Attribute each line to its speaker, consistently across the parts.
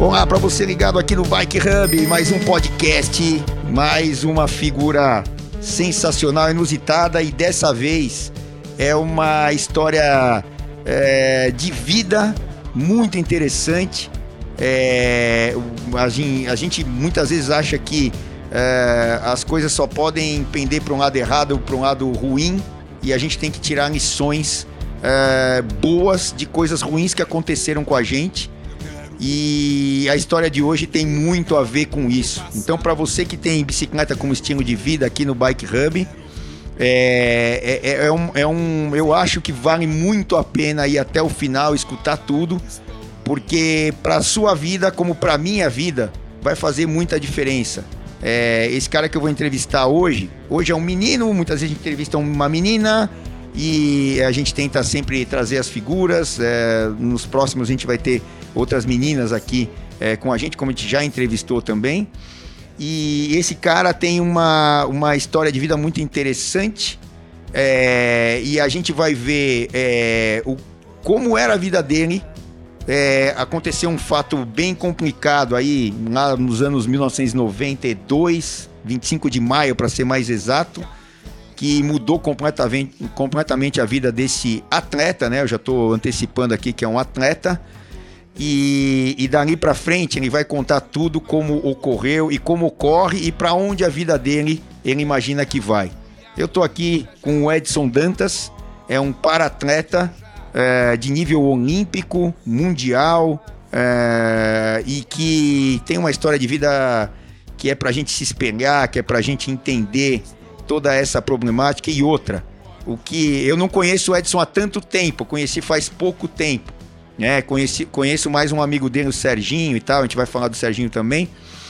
Speaker 1: Olá para você ligado aqui no Bike Hub, mais um podcast, mais uma figura sensacional, inusitada, e dessa vez é uma história de vida muito interessante. A gente muitas vezes acha que as coisas só podem pender para um lado errado ou para um lado ruim, e a gente tem que tirar lições boas de coisas ruins que aconteceram com a gente. E a história de hoje tem muito a ver com isso. Então, para você que tem bicicleta como estilo de vida aqui no Bike Hub, eu acho que vale muito a pena ir até o final, escutar tudo, porque para a sua vida, como para a minha vida, vai fazer muita diferença. Esse cara que eu vou entrevistar hoje é um menino, muitas vezes a gente entrevista uma menina, e a gente tenta sempre trazer as figuras. Nos próximos a gente vai ter outras meninas aqui com a gente, como a gente já entrevistou também. E esse cara tem uma história de vida muito interessante, e a gente vai ver como era a vida dele. Aconteceu um fato bem complicado aí lá nos anos 1992, 25 de maio para ser mais exato, que mudou completamente a vida desse atleta, né? Eu já estou antecipando aqui que é um atleta, e dali para frente ele vai contar tudo, como ocorreu e como ocorre e para onde a vida dele ele imagina que vai. Eu estou aqui com o Edson Dantas, é um para-atleta de nível olímpico, mundial, e que tem uma história de vida que é para a gente se espelhar, que é para a gente entender toda essa problemática. E outra, o que eu não conheço o Edson há tanto tempo, conheci faz pouco tempo, né? Conheço mais um amigo dele, o Serginho e tal, a gente vai falar do Serginho também,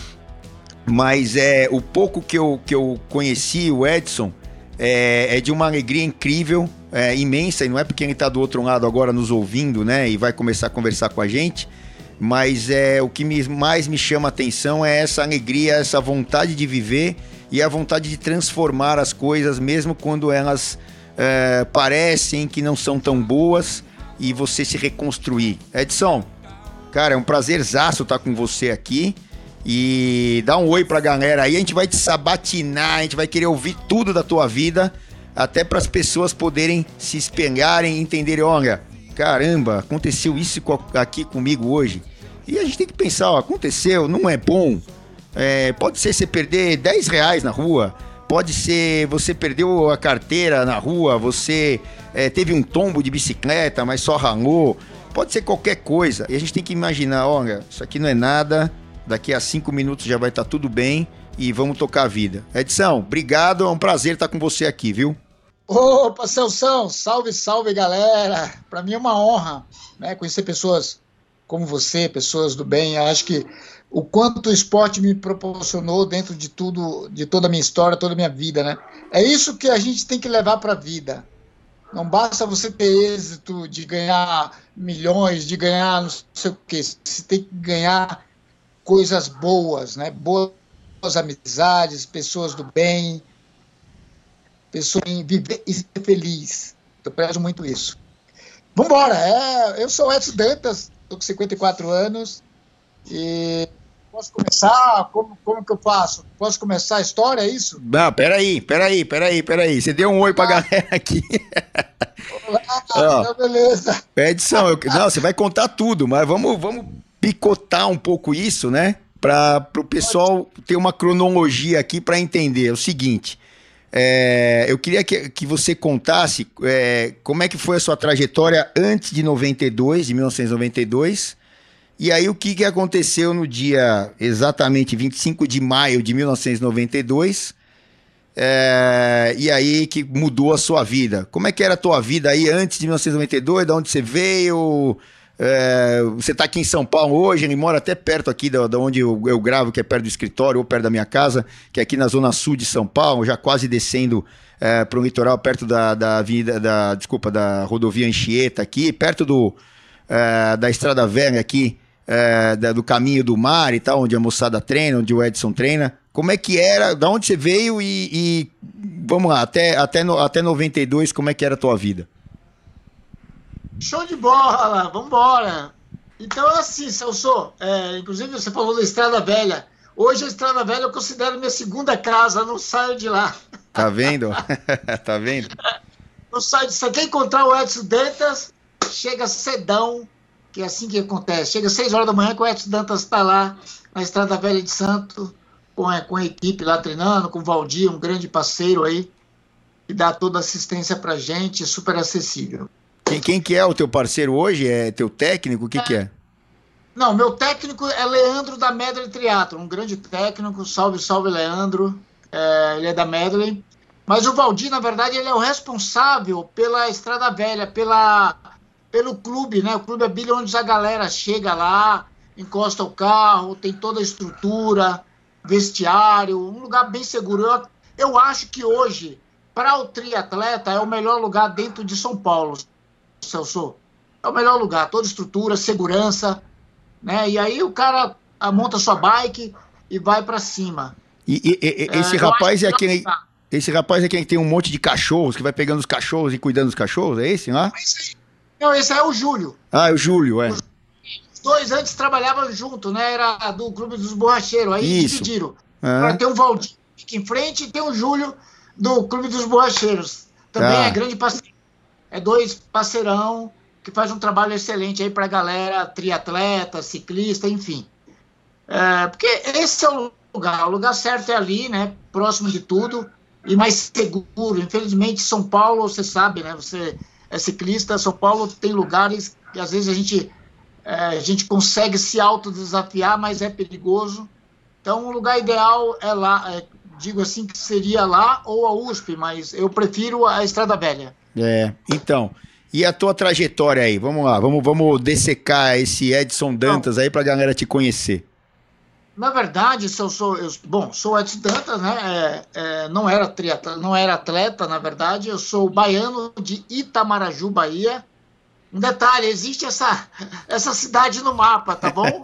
Speaker 1: mas o pouco que eu conheci o Edson é de uma alegria incrível, imensa, e não é porque ele está do outro lado agora nos ouvindo, né, e vai começar a conversar com a gente, mas o que mais me chama a atenção é essa alegria, essa vontade de viver e a vontade de transformar as coisas, mesmo quando elas parecem que não são tão boas, e você se reconstruir. Edson, cara, é um prazerzaço estar com você aqui, e dá um oi pra galera aí. A gente vai te sabatinar, a gente vai querer ouvir tudo da tua vida, até para as pessoas poderem se espelharem e entenderem: olha, caramba, aconteceu isso aqui comigo hoje. E a gente tem que pensar, aconteceu, não é bom. Pode ser você perder R$10 na rua, pode ser você perdeu a carteira na rua, você teve um tombo de bicicleta, mas só ralou, pode ser qualquer coisa. E a gente tem que imaginar: olha, isso aqui não é nada, daqui a 5 minutos já vai estar tudo bem e vamos tocar a vida. Edson, obrigado, é um prazer estar com você aqui, viu?
Speaker 2: Opa, Celção, salve, salve, galera. Para mim é uma honra, né, conhecer pessoas como você, pessoas do bem. Eu acho que o quanto o esporte me proporcionou dentro de tudo, de toda a minha história, toda a minha vida, né? É isso que a gente tem que levar para a vida. Não basta você ter êxito de ganhar milhões, de ganhar não sei o quê. Você tem que ganhar coisas boas, né? Boas amizades, pessoas do bem, pessoas em viver e ser feliz. Eu prezo muito isso. Vambora! Eu sou o Edson Dantas, estou com 54 anos e posso começar? Como que eu faço? Posso começar a história, é isso?
Speaker 1: Não, peraí. Você deu um oi pra galera aqui.
Speaker 2: Olá, então beleza.
Speaker 1: Edson, não, você vai contar tudo, mas vamos picotar um pouco isso, né? Para o pessoal ter uma cronologia aqui para entender. É o seguinte, eu queria que você contasse como é que foi a sua trajetória antes de 1992, e aí o que aconteceu no dia exatamente 25 de maio de 1992, e aí que mudou a sua vida. Como é que era a tua vida aí antes de 1992, de onde você veio? Você está aqui em São Paulo hoje, ele mora até perto aqui da onde eu gravo, que é perto do escritório, ou perto da minha casa, que é aqui na zona sul de São Paulo, já quase descendo para o litoral, perto da rodovia Anchieta aqui, perto da Estrada Velha aqui, do Caminho do Mar e tal, onde a moçada treina, onde o Edson treina. Como é que era, da onde você veio e vamos lá, até 92, como é que era a tua vida?
Speaker 2: Show de bola, vambora. Então, assim, Celso, inclusive você falou da Estrada Velha. Hoje a Estrada Velha eu considero minha segunda casa, eu não saio de lá.
Speaker 1: Tá vendo? Tá vendo?
Speaker 2: Não saio de... Você quer encontrar o Edson Dantas, chega cedão, que é assim que acontece. Chega às 6 horas da manhã que o Edson Dantas está lá na Estrada Velha de Santos, com a equipe lá treinando, com o Valdir, um grande parceiro aí, que dá toda a assistência pra gente, super acessível.
Speaker 1: Quem que é o teu parceiro hoje? É teu técnico? O que que é?
Speaker 2: Não, meu técnico é Leandro da Medley Triathlon, um grande técnico, salve, salve Leandro, ele é da Medley. Mas o Valdir, na verdade, ele é o responsável pela Estrada Velha, pelo clube, né? O Clube Abílio, onde a galera chega lá, encosta o carro, tem toda a estrutura, vestiário, um lugar bem seguro. Eu acho que hoje, para o triatleta, é o melhor lugar dentro de São Paulo, Celso. É o melhor lugar, toda estrutura, segurança, né? E aí o cara monta sua bike e vai para cima.
Speaker 1: Esse rapaz é aquele... Esse rapaz é quem tem um monte de cachorros, que vai pegando os cachorros e cuidando dos cachorros, é esse lá?
Speaker 2: Não, esse é o Júlio.
Speaker 1: Ah, é o Júlio, é.
Speaker 2: Os dois antes trabalhavam junto, né? Era do Clube dos Borracheiros, aí
Speaker 1: Isso.
Speaker 2: dividiram. Agora tem o Valdir aqui em frente e tem o Júlio do Clube dos Borracheiros. Também é grande parceiro. É dois parceirão que faz um trabalho excelente aí pra galera, triatleta, ciclista, enfim. Porque esse é o lugar certo é ali, né? Próximo de tudo e mais seguro. Infelizmente, São Paulo, você sabe, né? Você é ciclista, São Paulo tem lugares que às vezes a gente consegue se autodesafiar, mas é perigoso. Então, o lugar ideal é lá, digo assim, que seria lá ou a USP, mas eu prefiro a Estrada Velha.
Speaker 1: Então, e a tua trajetória aí? Vamos lá, vamos dessecar esse Edson Dantas aí pra galera te conhecer.
Speaker 2: Na verdade, sou Edson Dantas, né? Não era atleta, na verdade. Eu sou baiano de Itamaraju, Bahia. Um detalhe, existe essa cidade no mapa, tá bom?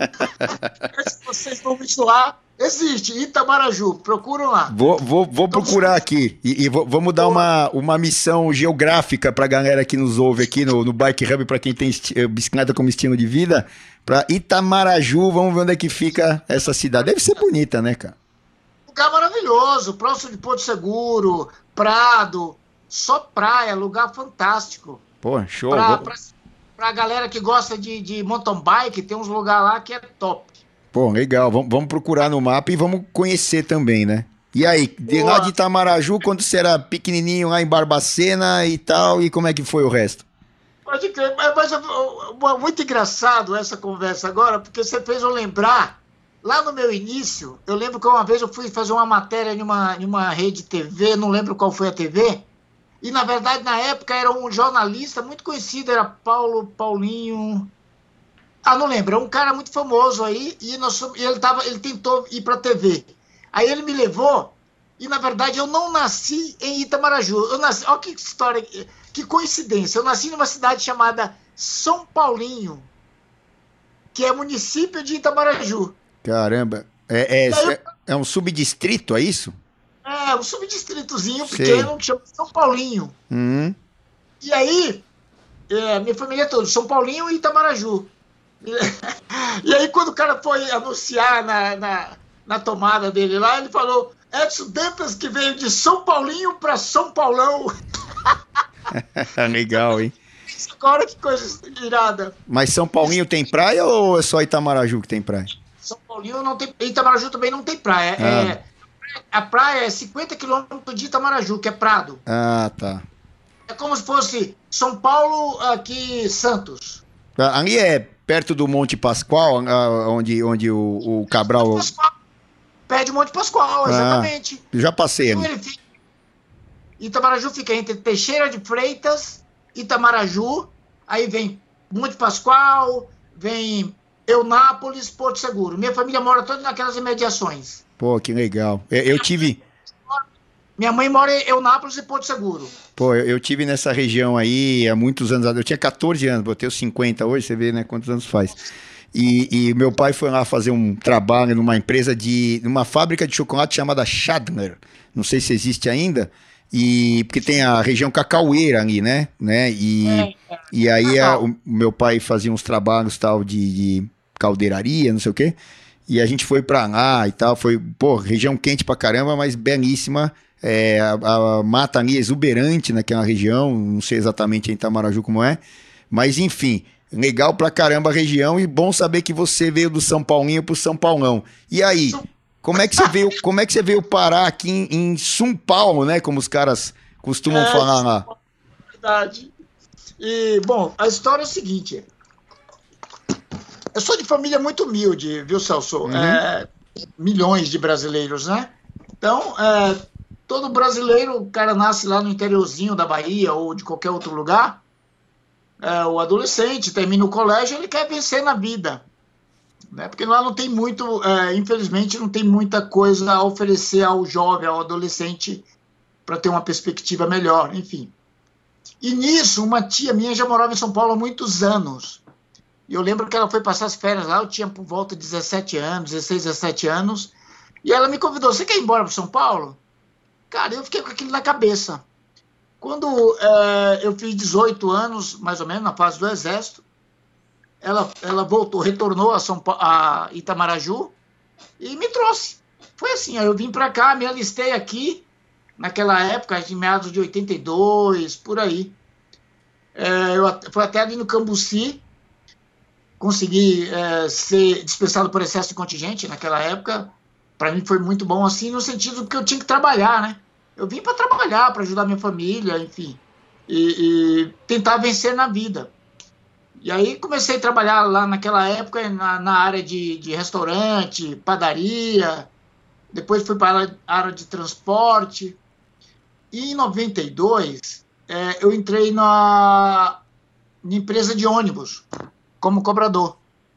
Speaker 2: Se vocês vão lá, existe, Itamaraju, procuram lá.
Speaker 1: Vou procurar aqui e vamos dar uma missão geográfica pra galera que nos ouve aqui no Bike Hub, pra quem tem bicicleta como estilo de vida, pra Itamaraju, vamos ver onde é que fica essa cidade. Deve ser bonita, né, cara?
Speaker 2: Lugar maravilhoso, próximo de Porto Seguro, Prado, só praia, lugar fantástico.
Speaker 1: Pô, show.
Speaker 2: Pra galera que gosta de mountain bike, tem uns lugares lá que é top.
Speaker 1: Pô, legal. Vamos procurar no mapa e vamos conhecer também, né? E aí, lá de Itamaraju, quando você era pequenininho lá em Barbacena e tal, e como é que foi o resto?
Speaker 2: Pode crer, mas muito engraçado essa conversa agora, porque você fez eu lembrar, lá no meu início, eu lembro que uma vez eu fui fazer uma matéria em uma rede TV, não lembro qual foi a TV, e na verdade na época era um jornalista muito conhecido, era Paulinho... não lembro, é um cara muito famoso aí, e ele tentou ir pra TV. Aí ele me levou, e na verdade eu não nasci em Itamaraju. Olha que história, que coincidência. Eu nasci numa cidade chamada São Paulinho, que é município de Itamaraju.
Speaker 1: Caramba, é um subdistrito, é isso?
Speaker 2: É, um subdistritozinho pequeno que chama São Paulinho. E aí, minha família é toda, São Paulinho e Itamaraju. E aí quando o cara foi anunciar na tomada dele lá, ele falou: Edson Dantas, que veio de São Paulinho para São Paulão.
Speaker 1: Legal, hein?
Speaker 2: Agora que coisa irada.
Speaker 1: Mas São Paulinho tem praia ou é só Itamaraju que tem praia?
Speaker 2: São Paulinho não tem, Itamaraju também não tem praia. A praia é 50 quilômetros de Itamaraju, que é Prado.
Speaker 1: Ah, tá.
Speaker 2: É como se fosse São Paulo, aqui Santos.
Speaker 1: Ali é perto do Monte Pascoal, onde o Cabral...
Speaker 2: Perto de Monte Pascoal, exatamente.
Speaker 1: Já passei ali.
Speaker 2: Itamaraju fica entre Teixeira de Freitas, Itamaraju, aí vem Monte Pascoal, vem Eunápolis, Porto Seguro. Minha família mora toda naquelas imediações.
Speaker 1: Pô, que legal. Eu tive...
Speaker 2: Minha mãe mora em Eunápolis e Porto Seguro.
Speaker 1: Pô, eu tive nessa região aí há muitos anos. Eu tinha 14 anos, eu tenho 50 hoje, você vê, né, quantos anos faz. E meu pai foi lá fazer um trabalho numa empresa numa fábrica de chocolate chamada Schadler. Não sei se existe ainda. E porque tem a região cacaueira ali, né? E aí o meu pai fazia uns trabalhos tal de caldeiraria, não sei o quê. E a gente foi pra lá e tal. Foi, pô, região quente pra caramba, mas belíssima. A mata ali é exuberante naquela região. Não sei exatamente em Itamaraju como é. Mas enfim, legal pra caramba a região. E bom saber que você veio do São Paulinho pro São Paulão. E aí? Como é que você veio parar aqui em São Paulo, né? Como os caras costumam falar lá.
Speaker 2: Verdade. E, bom, a história é o seguinte. Eu sou de família muito humilde, viu, Celso?
Speaker 1: Uhum.
Speaker 2: Milhões de brasileiros, né? Então, todo brasileiro, o cara nasce lá no interiorzinho da Bahia ou de qualquer outro lugar. O adolescente termina o colégio, ele quer vencer na vida. Né? Porque lá não tem muito, infelizmente, não tem muita coisa a oferecer ao jovem, ao adolescente, para ter uma perspectiva melhor, enfim. E nisso, uma tia minha já morava em São Paulo há muitos anos. E eu lembro que ela foi passar as férias lá, eu tinha por volta de 17 anos, 16, 17 anos, e ela me convidou, você quer ir embora para São Paulo? Cara, eu fiquei com aquilo na cabeça. Quando eu fiz 18 anos, mais ou menos, na fase do Exército, ela voltou, retornou a Itamaraju e me trouxe. Foi assim, aí eu vim para cá, me alistei aqui, naquela época, em meados de 82, por aí. Foi até ali no Cambuci, consegui ser dispensado por excesso de contingente naquela época. Para mim foi muito bom, assim, no sentido que eu tinha que trabalhar, né? Eu vim para trabalhar, para ajudar minha família, enfim, e tentar vencer na vida. E aí comecei a trabalhar lá naquela época na área de restaurante, padaria, depois fui para a área de transporte. E em 92, eu entrei na empresa de ônibus, como cobrador.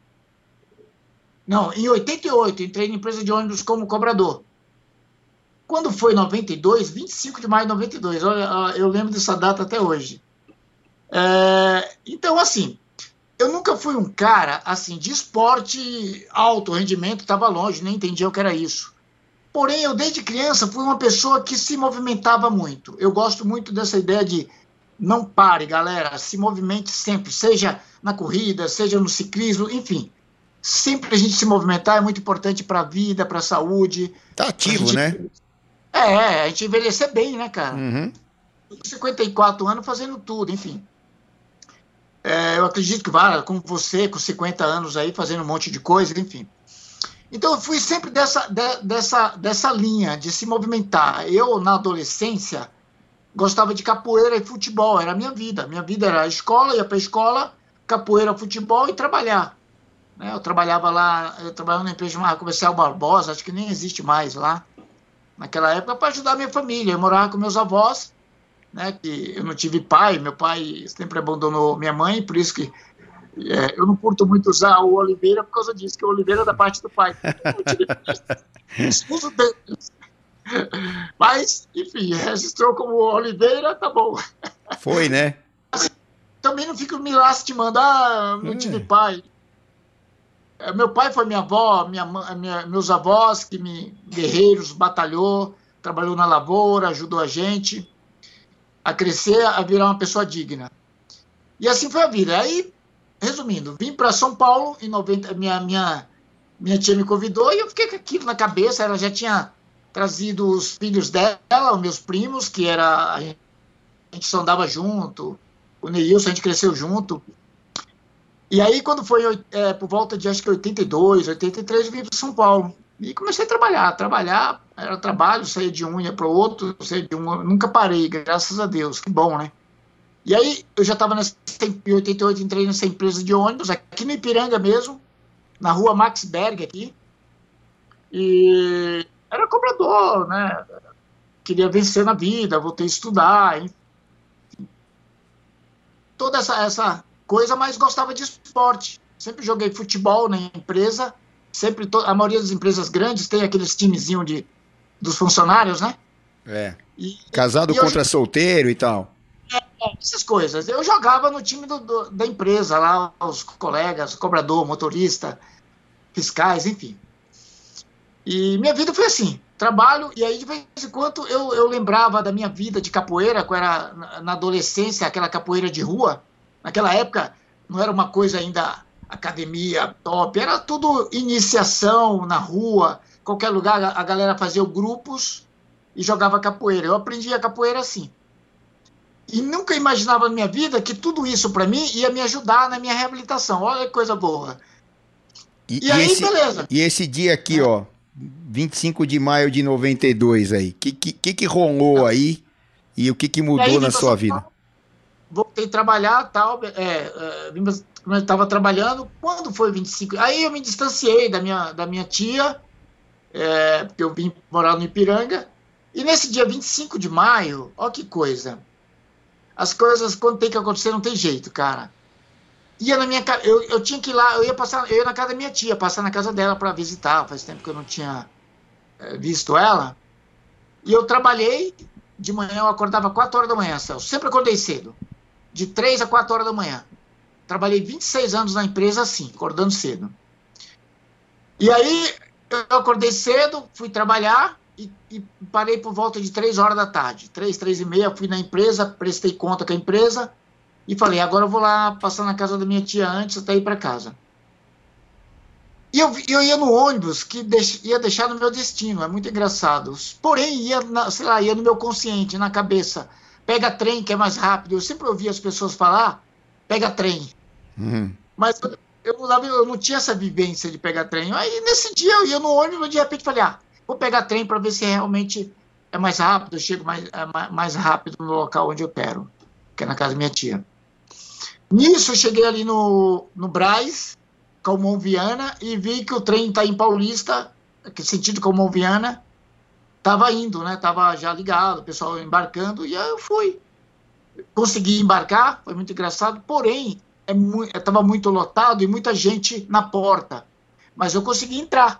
Speaker 2: Não, em 88, entrei na empresa de ônibus como cobrador. Quando foi em 92, 25 de maio de 92, eu lembro dessa data até hoje. Então, assim, eu nunca fui um cara assim de esporte alto rendimento, estava longe, nem entendia o que era isso. Porém, eu desde criança fui uma pessoa que se movimentava muito. Eu gosto muito dessa ideia de não pare, galera, se movimente sempre, seja na corrida, seja no ciclismo, enfim. Sempre a gente se movimentar é muito importante para a vida, para a saúde.
Speaker 1: Tá ativo, né?
Speaker 2: A gente envelhecer bem, né, cara?
Speaker 1: Uhum.
Speaker 2: 54 anos fazendo tudo, enfim. Eu acredito que vá, como você, com 50 anos aí, fazendo um monte de coisa, enfim. Então, eu fui sempre dessa linha de se movimentar. Eu, na adolescência, gostava de capoeira e futebol, era a minha vida. Minha vida era a escola, ia para a escola, capoeira, futebol e trabalhar. Eu trabalhava na empresa chamada Comercial Barbosa, acho que nem existe mais lá, naquela época, para ajudar a minha família. Eu morava com meus avós, né, que eu não tive pai, meu pai sempre abandonou minha mãe, por isso que eu não curto muito usar o Oliveira por causa disso, que o Oliveira é da parte do pai. Uso deles. Mas, enfim, registrou como Oliveira, tá bom.
Speaker 1: Foi, né?
Speaker 2: Também não fico me lastimando, não tive pai. Meu pai foi minha avó, meus avós, guerreiros, batalhou, trabalhou na lavoura, ajudou a gente a crescer, a virar uma pessoa digna. E assim foi a vida. Aí, resumindo, vim para São Paulo, em 90, minha tia me convidou e eu fiquei com aquilo na cabeça. Ela já tinha trazido os filhos dela, os meus primos, a gente só andava junto, o Neilson, a gente cresceu junto. E aí, quando foi por volta de, acho que 82, 83, eu vim para São Paulo. E comecei a trabalhar, era trabalho, saía de um, ia para o outro, nunca parei, graças a Deus, que bom, né? E aí, eu já estava em 88, entrei nessa empresa de ônibus, aqui no Ipiranga mesmo, na rua Max Berg aqui, e era cobrador, né? Queria vencer na vida, voltei a estudar, enfim. Toda essa coisa, mas gostava de esporte. Sempre joguei futebol na empresa, a maioria das empresas grandes tem aqueles timezinhos dos funcionários, né?
Speaker 1: Casado contra solteiro e tal.
Speaker 2: Essas coisas. Eu jogava no time da empresa, lá, os colegas, cobrador, motorista, fiscais, enfim. E minha vida foi assim, trabalho, e aí de vez em quando eu lembrava da minha vida de capoeira, que era na adolescência, aquela capoeira de rua. Naquela época não era uma coisa ainda academia top, era tudo iniciação na rua, qualquer lugar a galera fazia grupos e jogava capoeira. Eu aprendi a capoeira assim. E nunca imaginava na minha vida que tudo isso para mim ia me ajudar na minha reabilitação. Olha que coisa boa.
Speaker 1: E aí, beleza. E esse dia aqui, ó, 25 de maio de 92 aí, que rolou aí e o que mudou aí, na sua vida?
Speaker 2: Voltei a trabalhar, tal, eu estava trabalhando. Quando foi 25? Aí eu me distanciei da minha tia, porque eu vim morar no Ipiranga. E nesse dia 25 de maio, ó que coisa. As coisas, quando tem que acontecer, não tem jeito, cara. Ia na minha casa, eu tinha que ir lá, eu ia na casa da minha tia, passar na casa dela para visitar. Faz tempo que eu não tinha visto ela. E eu trabalhei, de manhã eu acordava 4 horas da manhã, Celso. Sempre acordei cedo, de 3 a 4 horas da manhã. Trabalhei 26 anos na empresa assim, acordando cedo. E aí eu acordei cedo, fui trabalhar e parei por volta de 3 horas da tarde. 3 e meia, fui na empresa, prestei conta com a empresa e falei, agora eu vou lá passar na casa da minha tia antes até ir para casa. E eu ia no ônibus que ia deixar no meu destino, é muito engraçado. Porém, ia no meu consciente, na cabeça. Pega trem que é mais rápido. Eu sempre ouvia as pessoas falar, pega trem. Mas eu não tinha essa vivência de pegar trem. Aí nesse dia eu ia no ônibus e de repente falei, vou pegar trem para ver se realmente é mais rápido, eu chego mais rápido no local onde eu quero, que é na casa da minha tia. Nisso eu cheguei ali no Brás, Calmon Viana, e vi que o trem está em Paulista, que sentido Calmon Viana, estava indo, né? Estava já ligado, o pessoal embarcando, e aí eu fui. Consegui embarcar, foi muito engraçado, porém, estava muito lotado e muita gente na porta. Mas eu consegui entrar.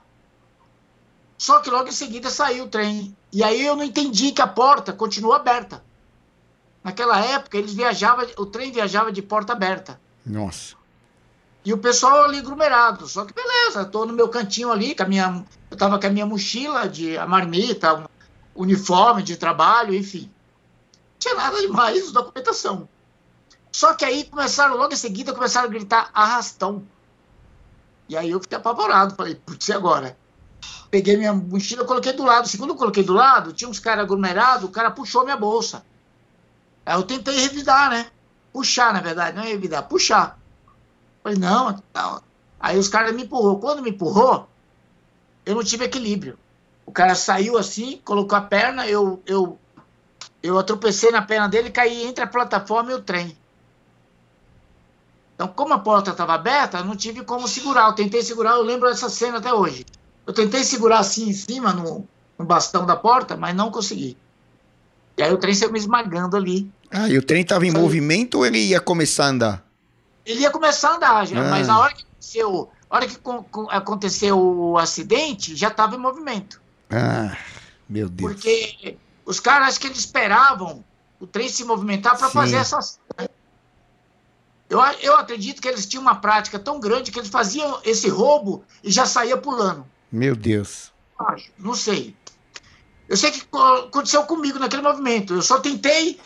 Speaker 2: Só que logo em seguida saiu o trem. E aí eu não entendi que a porta continuou aberta. Naquela época, o trem viajava de porta aberta.
Speaker 1: Nossa.
Speaker 2: E o pessoal ali aglomerado. Só que beleza, estou no meu cantinho ali, eu estava com a minha mochila, a marmita, uniforme de trabalho, enfim. Não tinha nada demais, documentação. Só que aí logo em seguida, começaram a gritar arrastão. E aí eu fiquei apavorado, falei, putz, e agora? Peguei minha mochila, coloquei do lado. Segundo eu coloquei do lado, tinha uns caras aglomerados, o cara puxou minha bolsa. Aí eu tentei revidar, né? Puxar, na verdade, não é revidar, puxar. Falei, não. Aí os caras me empurrou. Quando me empurrou, eu não tive equilíbrio. O cara saiu assim, colocou a perna, eu atropecei na perna dele e caí entre a plataforma e o trem. Então, como a porta estava aberta, eu não tive como segurar. Eu tentei segurar, eu lembro dessa cena até hoje. Eu tentei segurar assim em cima, no bastão da porta, mas não consegui. E aí o trem saiu me esmagando ali.
Speaker 1: E o trem estava em movimento ou ele ia começar a andar?
Speaker 2: Ele ia começar a andar, já, mas na hora que aconteceu o acidente, já estava em movimento.
Speaker 1: Meu Deus.
Speaker 2: Porque os caras, acho que eles esperavam o trem se movimentar para fazer essas... Eu acredito que eles tinham uma prática tão grande que eles faziam esse roubo e já saía pulando.
Speaker 1: Meu Deus.
Speaker 2: Não sei. Eu sei que aconteceu comigo naquele movimento. Eu só tentei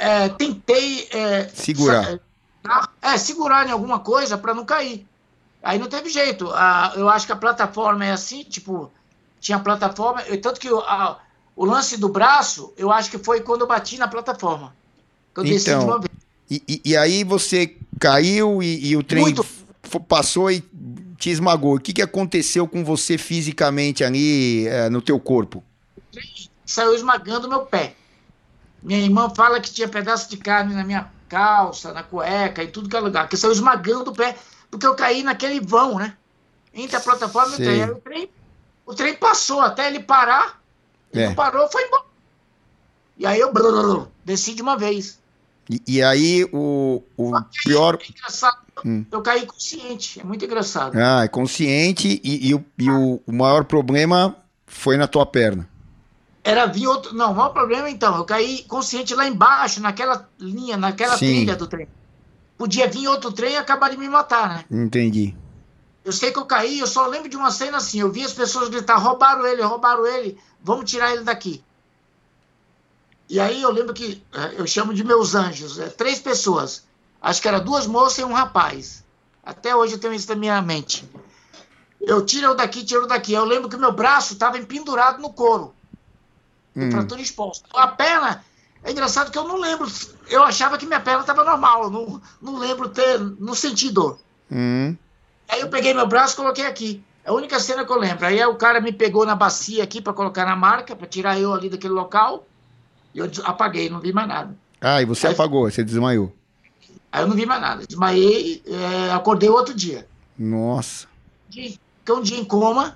Speaker 1: segurar.
Speaker 2: Segurar em alguma coisa para não cair. Aí não teve jeito. Eu acho que a plataforma é assim, tipo, tinha plataforma, tanto que o lance do braço, eu acho que foi quando eu bati na plataforma. Que eu desci de uma vez.
Speaker 1: E aí você caiu e o trem passou e te esmagou. O que aconteceu com você fisicamente ali no teu corpo?
Speaker 2: O trem saiu esmagando meu pé. Minha irmã fala que tinha pedaço de carne na minha calça, na cueca e tudo que é lugar. Que saiu esmagando o pé, porque eu caí naquele vão, né? Entre a plataforma e o trem. Aí o trem passou até ele parar. Ele não parou, foi embora. E aí eu desci de uma vez.
Speaker 1: E aí o pior...
Speaker 2: É engraçado. Eu caí consciente, é muito engraçado.
Speaker 1: É consciente e o maior problema foi na tua perna.
Speaker 2: O maior problema então, eu caí consciente lá embaixo, naquela linha, naquela trilha do trem. Podia vir outro trem e acabar de me matar, né?
Speaker 1: Entendi.
Speaker 2: Eu sei que eu caí, eu só lembro de uma cena assim, eu vi as pessoas gritar, roubaram ele, vamos tirar ele daqui. E aí eu lembro que, eu chamo de meus anjos, 3 pessoas, acho que eram 2 moças e um rapaz. Até hoje eu tenho isso na minha mente. Eu tiro daqui. Eu lembro que o meu braço estava empendurado no couro, com fratura exposta. A perna, é engraçado que eu não lembro, eu achava que minha perna estava normal, eu não lembro não senti dor. Aí eu peguei meu braço e coloquei aqui. É a única cena que eu lembro. Aí o cara me pegou na bacia aqui para colocar na marca, para tirar eu ali daquele local. E eu apaguei, não vi mais nada.
Speaker 1: Ah, e você apagou, você desmaiou.
Speaker 2: Aí eu não vi mais nada. Desmaiei, acordei outro dia.
Speaker 1: Nossa.
Speaker 2: Fiquei um dia em coma.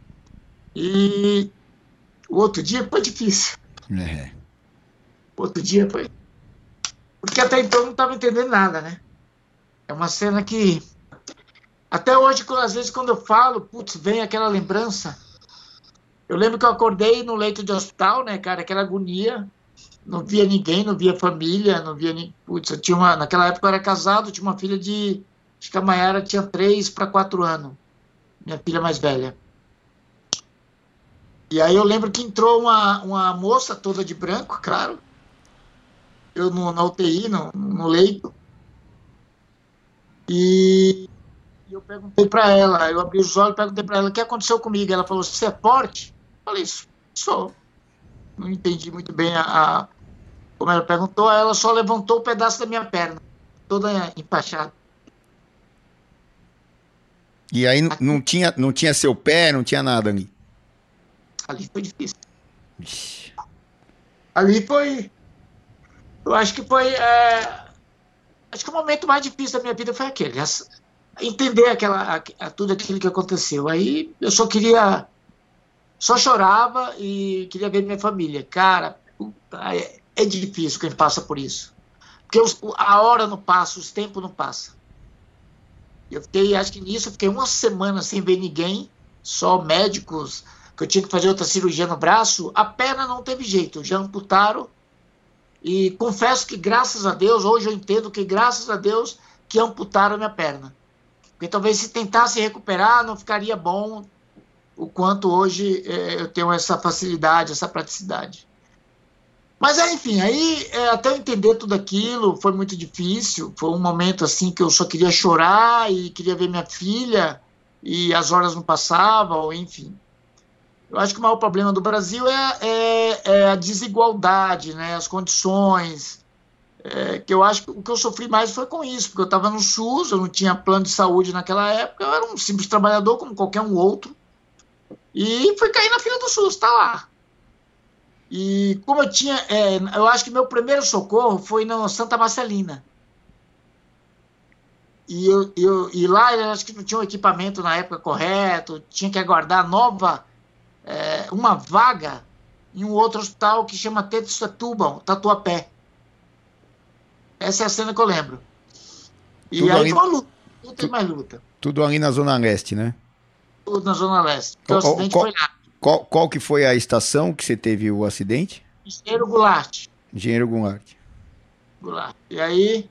Speaker 2: E o outro dia foi difícil. O outro dia foi... Porque até então eu não estava entendendo nada, né? É uma cena que... Até hoje, às vezes, quando eu falo, putz, vem aquela lembrança. Eu lembro que eu acordei no leito de hospital, né, cara? Aquela agonia. Não via ninguém, não via família, não via ninguém. Putz, eu tinha naquela época eu era casado, tinha uma filha de... Acho que a Maiara tinha 3 para 4 anos. Minha filha mais velha. E aí eu lembro que entrou uma moça toda de branco, claro. Eu na UTI, no leito. E eu perguntei para ela, eu abri os olhos e perguntei para ela, o que aconteceu comigo? Ela falou, você é forte? Eu falei, sou. Não entendi muito bem como ela perguntou, ela só levantou um pedaço da minha perna, toda empachada.
Speaker 1: E aí não tinha seu pé, não tinha nada ali?
Speaker 2: Ali foi difícil. Ali foi... Eu acho que foi... Acho que o momento mais difícil da minha vida foi aquele. Entender tudo aquilo que aconteceu. Aí eu só chorava e queria ver minha família. Cara, é difícil quem passa por isso. Porque a hora não passa, os tempos não passam. Acho que nisso eu fiquei 1 semana sem ver ninguém, só médicos, que eu tinha que fazer outra cirurgia no braço. A perna não teve jeito, já amputaram. E confesso que, graças a Deus, hoje eu entendo que, graças a Deus, que amputaram a minha perna. Porque talvez se tentasse recuperar, não ficaria bom o quanto hoje eu tenho essa facilidade, essa praticidade. Mas, enfim, aí até eu entender tudo aquilo foi muito difícil. Foi um momento assim que eu só queria chorar e queria ver minha filha e as horas não passavam, enfim. Eu acho que o maior problema do Brasil é a desigualdade, né, as condições. Que eu acho que o que eu sofri mais foi com isso, porque eu estava no SUS, eu não tinha plano de saúde naquela época, eu era um simples trabalhador como qualquer um outro. E fui cair na fila do SUS, tá lá. E como eu tinha... eu acho que meu primeiro socorro foi na Santa Marcelina. E lá eu acho que não tinha um equipamento na época correto, tinha que aguardar uma vaga em um outro hospital que chama Setúbal, Tatuapé. Essa é a cena que eu lembro. E tudo aí ali, foi uma luta, não tem mais luta.
Speaker 1: Tudo ali na Zona Leste, né?
Speaker 2: Tudo na Zona Leste. O acidente foi lá.
Speaker 1: Qual que foi a estação que você teve o acidente?
Speaker 2: Engenheiro Goulart.
Speaker 1: Engenheiro Goulart.
Speaker 2: E aí,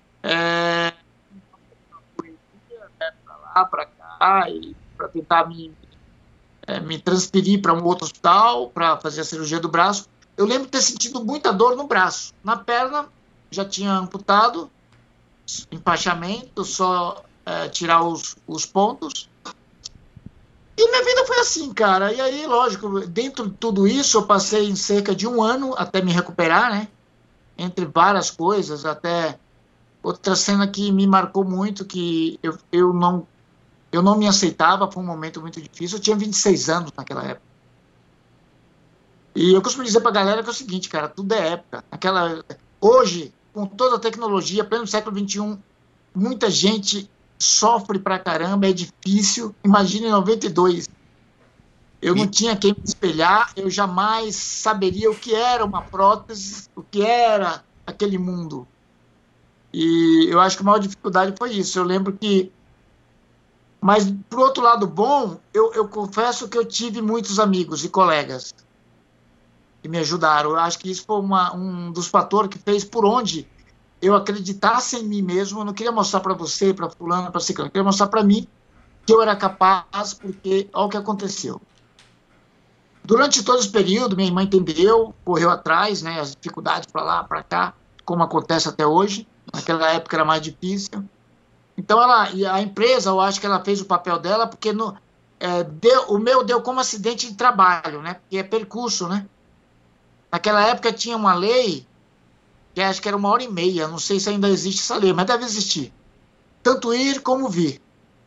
Speaker 2: pra lá, pra cá, e pra tentar me transferir para um outro hospital, para fazer a cirurgia do braço. Eu lembro de ter sentido muita dor no braço. Na perna, já tinha amputado, empachamento, só tirar os pontos. E minha vida foi assim, cara. E aí, lógico, dentro de tudo isso, eu passei em cerca de 1 ano até me recuperar, né? Entre várias coisas, até outra cena que me marcou muito, que eu não me aceitava, foi um momento muito difícil. Eu tinha 26 anos naquela época. E eu costumo dizer pra galera que é o seguinte, cara, tudo é época. Hoje, com toda a tecnologia, pleno século XXI, muita gente sofre pra caramba, é difícil. Imagina em 92. Eu não tinha quem me espelhar, eu jamais saberia o que era uma prótese, o que era aquele mundo. E eu acho que a maior dificuldade foi isso. Eu lembro que... Mas, por outro lado bom, eu confesso que eu tive muitos amigos e colegas que me ajudaram. Eu acho que isso foi um dos fatores que fez por onde eu acreditasse em mim mesmo. Eu não queria mostrar para você, para fulano, para ciclano. Eu queria mostrar para mim que eu era capaz, porque olha o que aconteceu. Durante todo esse período, minha irmã entendeu, correu atrás, né, as dificuldades para lá, para cá, como acontece até hoje. Naquela época era mais difícil. Então, a empresa, eu acho que ela fez o papel dela, porque o meu deu como acidente de trabalho, né, porque é percurso, né. Naquela época tinha uma lei, que acho que era 1h30, não sei se ainda existe essa lei, mas deve existir. Tanto ir como vir.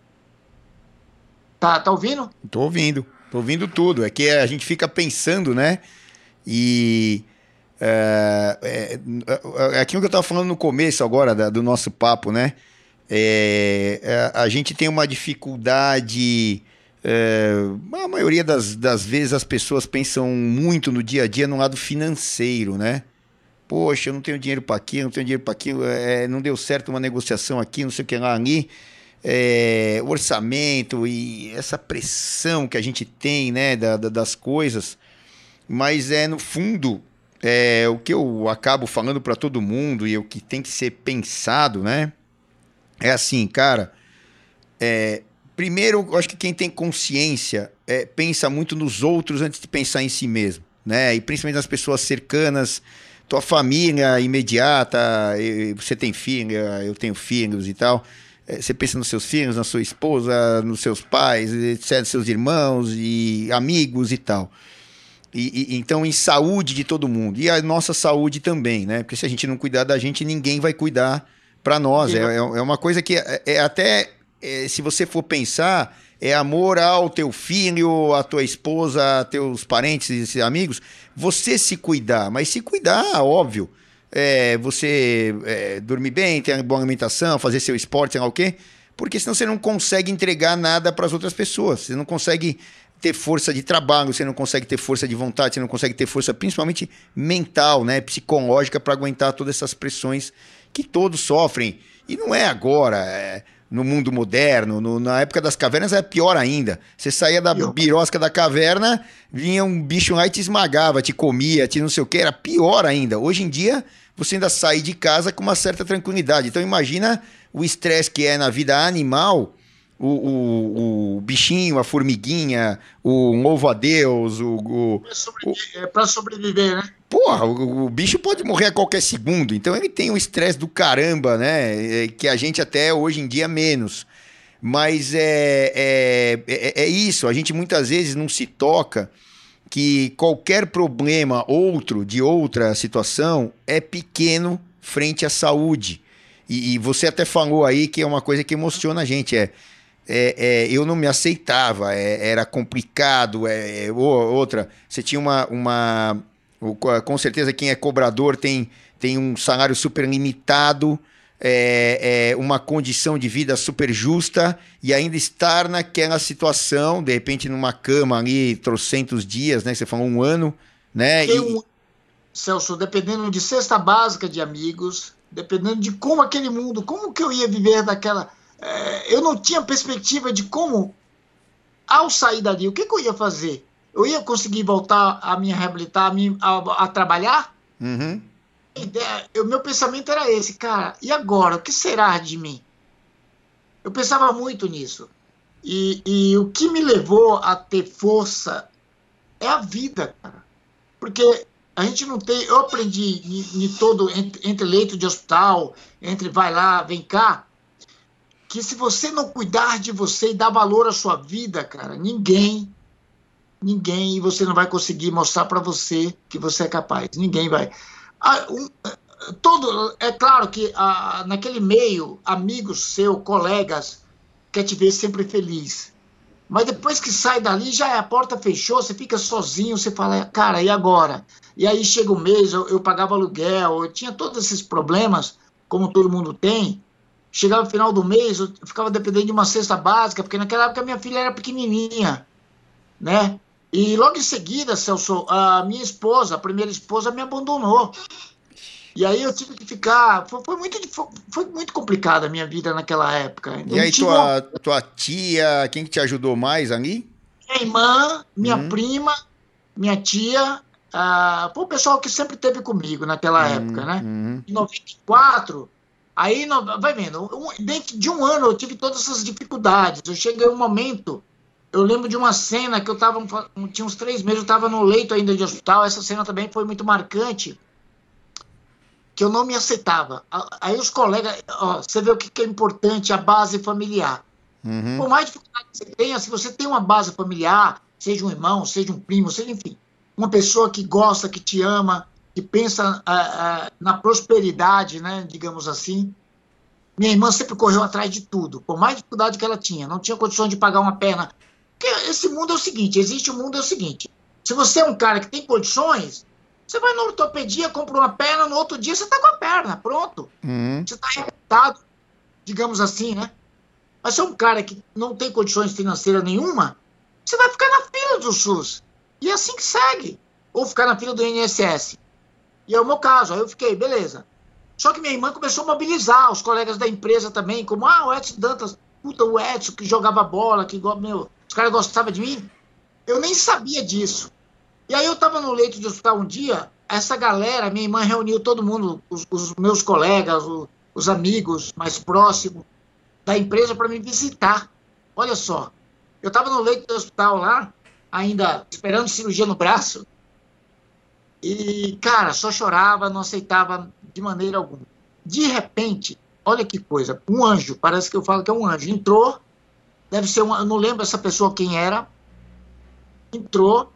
Speaker 2: Tá ouvindo?
Speaker 1: Tô ouvindo tudo. É que a gente fica pensando, né? E é aquilo que eu estava falando no começo agora do nosso papo, né? A gente tem uma dificuldade. A maioria das vezes as pessoas pensam muito no dia a dia no lado financeiro, né? Poxa, eu não tenho dinheiro para aquilo, não tenho dinheiro para aquilo, não deu certo uma negociação aqui, não sei o que lá ali. Orçamento e essa pressão que a gente tem, né, das coisas, mas no fundo, o que eu acabo falando para todo mundo e o que tem que ser pensado, né, é assim, cara, primeiro, eu acho que quem tem consciência pensa muito nos outros antes de pensar em si mesmo, né, e principalmente nas pessoas cercanas, tua família imediata, você tem filha, eu tenho filhos e tal. Você pensa nos seus filhos, na sua esposa, nos seus pais, etc., seus irmãos e amigos e tal. Então, em saúde de todo mundo. E a nossa saúde também, né? Porque se a gente não cuidar da gente, ninguém vai cuidar para nós. É uma coisa que se você for pensar, é amor ao teu filho, à tua esposa, a teus parentes e amigos. Você se cuidar, mas se cuidar, óbvio. Você dormir bem, ter uma boa alimentação, fazer seu esporte, sei lá o quê, porque senão você não consegue entregar nada para as outras pessoas, você não consegue ter força de trabalho, você não consegue ter força de vontade, você não consegue ter força principalmente mental, né, psicológica, para aguentar todas essas pressões que todos sofrem, e não é agora, no mundo moderno, na época das cavernas era pior ainda. Você saía da birosca da caverna, vinha um bicho lá e te esmagava, te comia, te não sei o que, era pior ainda. Hoje em dia, você ainda sai de casa com uma certa tranquilidade. Então imagina o estresse que é na vida animal, o bichinho, a formiguinha, o louvo-a-Deus,
Speaker 2: É para sobreviver, né?
Speaker 1: Porra, o bicho pode morrer a qualquer segundo, então ele tem um estresse do caramba, né? Que a gente até hoje em dia menos. Mas é isso, a gente muitas vezes não se toca que qualquer problema de outra situação é pequeno frente à saúde. E você até falou aí que é uma coisa que emociona a gente, eu não me aceitava, era complicado, outra, você tinha com certeza quem é cobrador tem um salário super limitado, uma condição de vida super justa e ainda estar naquela situação, de repente numa cama ali, trocentos dias, né? Você falou 1 ano, né?
Speaker 2: Celso, dependendo de cesta básica de amigos, dependendo de como aquele mundo, como que eu ia viver daquela... eu não tinha perspectiva de como, ao sair dali, o que eu ia fazer? Eu ia conseguir voltar a me reabilitar, a trabalhar?
Speaker 1: Uhum.
Speaker 2: Meu pensamento era esse, cara, e agora? O que será de mim? Eu pensava muito nisso. E o que me levou a ter força é a vida, cara. Porque a gente não tem... Eu aprendi entre leito de hospital, entre vai lá, vem cá, que se você não cuidar de você e dar valor à sua vida, cara, ninguém, e você não vai conseguir mostrar para você que você é capaz. Ninguém vai. É claro que naquele meio, amigos seus, colegas, quer te ver sempre feliz. Mas depois que sai dali, a porta fechou, você fica sozinho, você fala, cara, e agora? E aí chega o mês, eu pagava aluguel, eu tinha todos esses problemas, como todo mundo tem. Chegava no final do mês, eu ficava dependendo de uma cesta básica, porque naquela época minha filha era pequenininha, né? E logo em seguida, Celso, a minha esposa, a primeira esposa, me abandonou. E aí eu tive que ficar... Foi muito complicada a minha vida naquela época.
Speaker 1: E aí tua tia, quem que te ajudou mais ali?
Speaker 2: Minha irmã, minha prima, minha tia, foi o pessoal que sempre esteve comigo naquela época, né? Em 94, Aí, vai vendo, dentro de um ano eu tive todas essas dificuldades. Eu cheguei um momento, eu lembro de uma cena que eu tava, tinha uns 3 meses, eu estava no leito ainda de hospital. Essa cena também foi muito marcante, que eu não me aceitava. Aí os colegas, ó, você vê o que é importante, a base familiar.
Speaker 1: Uhum.
Speaker 2: Por mais dificuldade que você tenha, se você tem uma base familiar, seja um irmão, seja um primo, seja, enfim, uma pessoa que gosta, que te ama, que pensa na prosperidade, né, digamos assim. Minha irmã sempre correu atrás de tudo, por mais dificuldade que ela tinha, não tinha condições de pagar uma perna. Porque esse mundo é o seguinte, existe o mundo é o seguinte, se você é um cara que tem condições, você vai na ortopedia, compra uma perna, no outro dia você está com a perna, pronto.
Speaker 1: Uhum.
Speaker 2: Você está arrebentado, digamos assim, né? Mas se é um cara que não tem condições financeiras nenhuma, você vai ficar na fila do SUS. E é assim que segue. Ou ficar na fila do INSS. E é o meu caso. Aí eu fiquei, beleza. Só que minha irmã começou a mobilizar os colegas da empresa também, como, o Edson Dantas, puta, o Edson que jogava bola, meu, os caras gostavam de mim. Eu nem sabia disso. E aí eu estava no leito de hospital um dia, essa galera, minha irmã reuniu todo mundo, os meus colegas, os amigos mais próximos da empresa para me visitar. Olha só, eu estava no leito do hospital lá, ainda esperando cirurgia no braço, e, cara, só chorava, não aceitava de maneira alguma. De repente, olha que coisa, um anjo, parece que eu falo que é um anjo, entrou, deve ser eu não lembro essa pessoa quem era, entrou,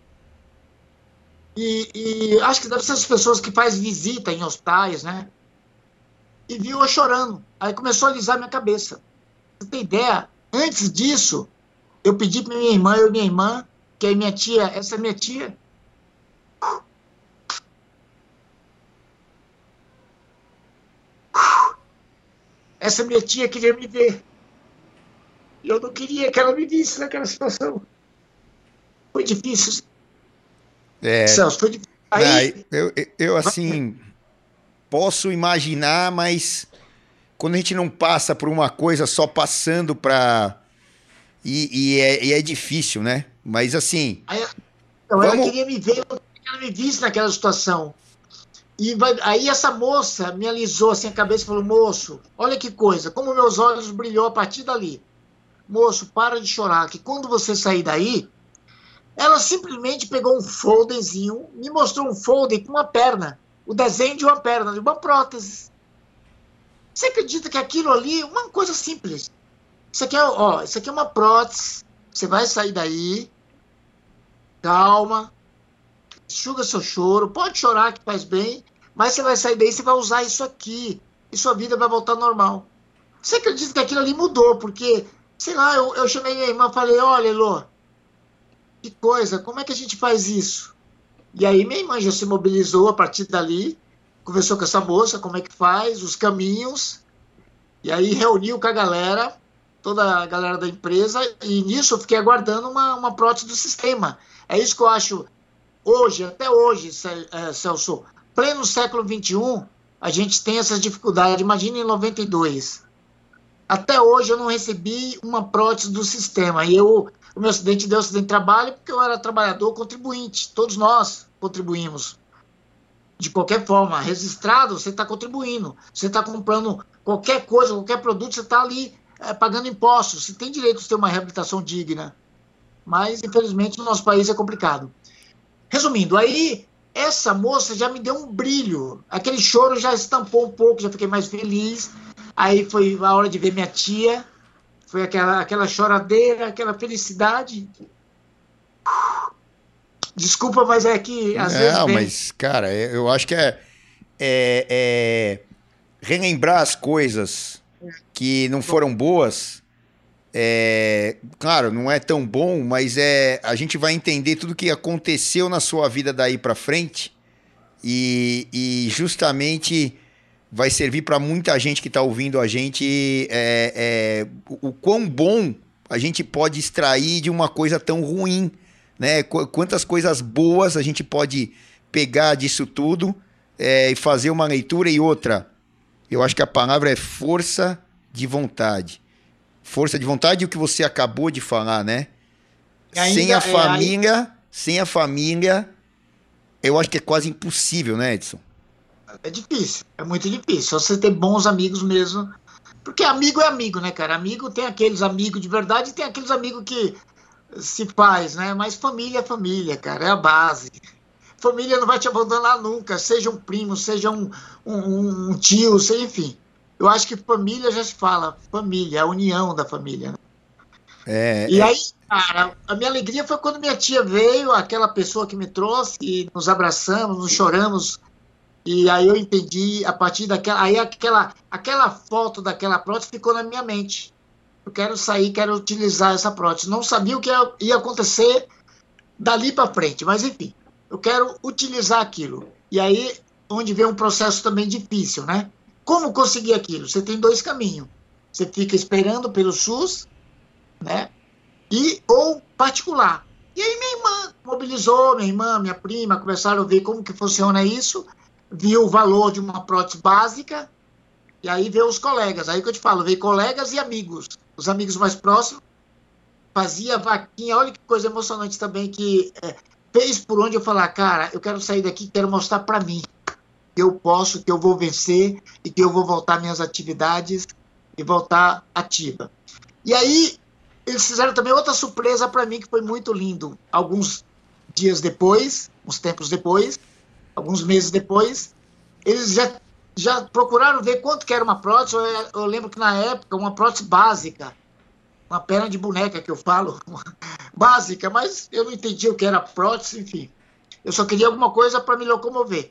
Speaker 2: e acho que deve ser as pessoas que fazem visita em hospitais, né? E viu eu chorando. Aí começou a alisar minha cabeça. Você tem ideia? Antes disso, eu pedi para minha irmã, eu e minha irmã, que é minha tia, essa é minha tia. Essa minha tia queria me ver. E eu não queria que ela me visse naquela situação. Foi difícil. Celso, foi difícil. Aí,
Speaker 1: Eu assim, posso imaginar, mas quando a gente não passa por uma coisa só passando pra. E é difícil, né? Mas assim,
Speaker 2: então, ela
Speaker 1: vamos.
Speaker 2: queria me ver, eu não queria que ela me visse naquela situação. E aí essa moça me alisou assim a cabeça e falou, moço, olha que coisa, como meus olhos brilhou a partir dali. Moço, para de chorar, que quando você sair daí, ela simplesmente pegou um folderzinho, me mostrou um folder com uma perna, o desenho de uma perna, de uma prótese. Você acredita que aquilo ali, uma coisa simples. Isso aqui isso aqui é uma prótese, você vai sair daí, calma, enxuga seu choro, pode chorar que faz bem, mas você vai sair daí, você vai usar isso aqui, e sua vida vai voltar ao normal. Você acredita que aquilo ali mudou, porque, sei lá, eu chamei minha irmã e falei, olha, Elô, que coisa, como é que a gente faz isso? E aí minha irmã já se mobilizou a partir dali, conversou com essa moça, como é que faz, os caminhos, e aí reuniu com a galera, toda a galera da empresa, e nisso eu fiquei aguardando uma prótese do sistema. É isso que eu acho hoje, até hoje, Celso, pleno século XXI, a gente tem essas dificuldades. Imagina em 92. Até hoje eu não recebi uma prótese do sistema. E o meu acidente deu acidente de trabalho porque eu era trabalhador contribuinte. Todos nós contribuímos. De qualquer forma, registrado, você está contribuindo. Você está comprando qualquer coisa, qualquer produto, você está ali pagando impostos. Você tem direito de ter uma reabilitação digna. Mas, infelizmente, no nosso país é complicado. Resumindo, aí essa moça já me deu um brilho. Aquele choro já estampou um pouco, já fiquei mais feliz. Aí foi a hora de ver minha tia. Foi aquela choradeira, aquela felicidade. Desculpa, mas é que às vezes
Speaker 1: Não,
Speaker 2: vem.
Speaker 1: mas, cara, eu acho que é relembrar as coisas que não foram boas. Claro, não é tão bom, mas a gente vai entender tudo que aconteceu na sua vida daí pra frente e justamente vai servir para muita gente que tá ouvindo a gente o quão bom a gente pode extrair de uma coisa tão ruim, né? Quantas coisas boas a gente pode pegar disso tudo e fazer uma leitura e outra. Eu acho que a palavra é força de vontade. Força de vontade e o que você acabou de falar, né? Sem a família, eu acho que é quase impossível, né, Edson?
Speaker 2: É difícil, é muito difícil. Você ter bons amigos mesmo. Porque amigo é amigo, né, cara? Amigo tem aqueles amigos de verdade e tem aqueles amigos que se faz, né? Mas família é família, cara, é a base. Família não vai te abandonar nunca, seja um primo, seja um tio, seja, enfim. Eu acho que família já se fala, família, a união da família, né? E
Speaker 1: É,
Speaker 2: aí, cara, a minha alegria foi quando minha tia veio, aquela pessoa que me trouxe, e nos abraçamos, nos choramos. E aí eu entendi, a partir daquela. Aí aquela foto daquela prótese ficou na minha mente. Eu quero sair, quero utilizar essa prótese. Não sabia o que ia acontecer dali para frente, mas enfim, eu quero utilizar aquilo. E aí, onde vem um processo também difícil, né? Como conseguir aquilo? Você tem dois caminhos. Você fica esperando pelo SUS, né? Ou particular. E aí minha irmã mobilizou, minha irmã, minha prima, começaram a ver como que funciona isso, viu o valor de uma prótese básica, e aí veio os colegas. Aí que eu te falo, veio colegas e amigos. Os amigos mais próximos, fazia vaquinha, olha que coisa emocionante também, que fez por onde eu falar, cara, eu quero sair daqui, quero mostrar para mim que eu posso, que eu vou vencer e que eu vou voltar às minhas atividades e voltar ativa. E aí, eles fizeram também outra surpresa para mim, que foi muito lindo. Alguns dias depois, uns tempos depois, alguns meses depois, eles já procuraram ver quanto que era uma prótese. Eu lembro que na época, uma prótese básica, uma perna de boneca que eu falo, básica, mas eu não entendia o que era prótese, enfim. Eu só queria alguma coisa para me locomover.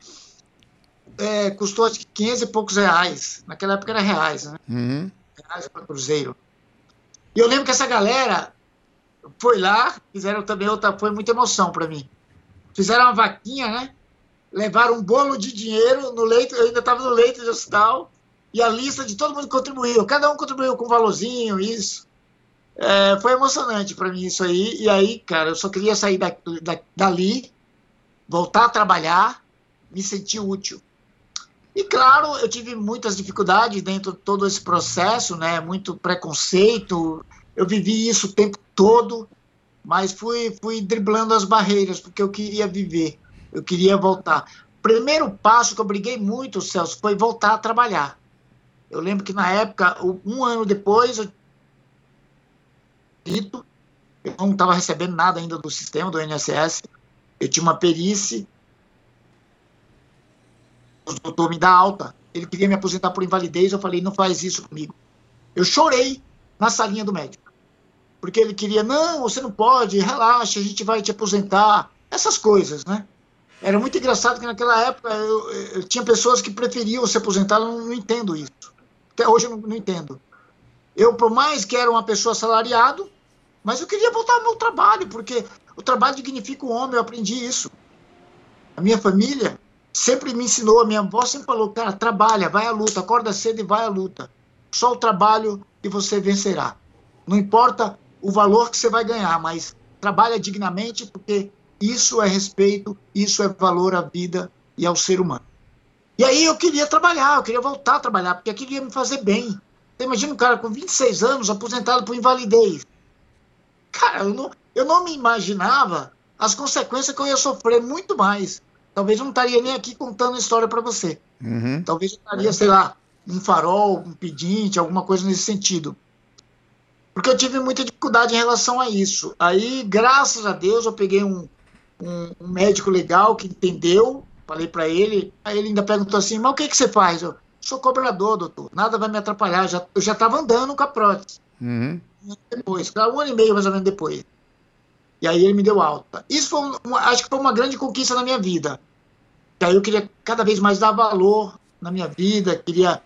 Speaker 2: Custou acho que 500 e poucos reais. Naquela época era reais, né?
Speaker 1: uhum.
Speaker 2: Reais para cruzeiro. E eu lembro que essa galera foi lá, fizeram também outra, foi muita emoção para mim. Fizeram uma vaquinha, né? Levaram um bolo de dinheiro no leito, eu ainda estava no leito de hospital, e a lista de todo mundo contribuiu. Cada um contribuiu com um valorzinho, isso. Foi emocionante para mim isso aí. E aí, cara, eu só queria sair dali, voltar a trabalhar, me sentir útil. E, claro, eu tive muitas dificuldades dentro de todo esse processo, né? Muito preconceito. Eu vivi isso o tempo todo, mas fui driblando as barreiras, porque eu queria viver, eu queria voltar. Primeiro passo que eu briguei muito, Celso, foi voltar a trabalhar. Eu lembro que, na época, um ano depois, eu não estava recebendo nada ainda do sistema, do INSS. Eu tinha uma perícia, o doutor me dá alta, ele queria me aposentar por invalidez, eu falei, não faz isso comigo. Eu chorei na salinha do médico, porque ele queria, não, você não pode, relaxa, a gente vai te aposentar, essas coisas, né? Era muito engraçado que naquela época eu tinha pessoas que preferiam se aposentar, eu não entendo isso. Até hoje eu não entendo. Eu, por mais que era uma pessoa assalariado, mas eu queria voltar ao meu trabalho, porque o trabalho dignifica o homem, eu aprendi isso. A minha família sempre me ensinou, a minha avó sempre falou, cara, trabalha, vai à luta, acorda cedo e vai à luta. Só o trabalho que você vencerá. Não importa o valor que você vai ganhar, mas trabalha dignamente, porque isso é respeito, isso é valor à vida e ao ser humano. E aí eu queria trabalhar, eu queria voltar a trabalhar, porque aquilo ia me fazer bem. Você imagina um cara com 26 anos, aposentado por invalidez. Cara, eu não me imaginava as consequências que eu ia sofrer muito mais. Talvez eu não estaria nem aqui contando a história para você.
Speaker 1: Uhum.
Speaker 2: Talvez eu estaria, sei lá, um farol, um pedinte, alguma coisa nesse sentido. Porque eu tive muita dificuldade em relação a isso. Aí, graças a Deus, eu peguei um médico legal que entendeu, falei para ele, aí ele ainda perguntou assim, mas o que você faz? Eu sou cobrador, doutor, nada vai me atrapalhar, eu já estava andando com a prótese.
Speaker 1: Uhum.
Speaker 2: Depois, um ano e meio mais ou menos depois. E aí ele me deu alta. Isso acho que foi uma grande conquista na minha vida. E aí eu queria cada vez mais dar valor na minha vida, queria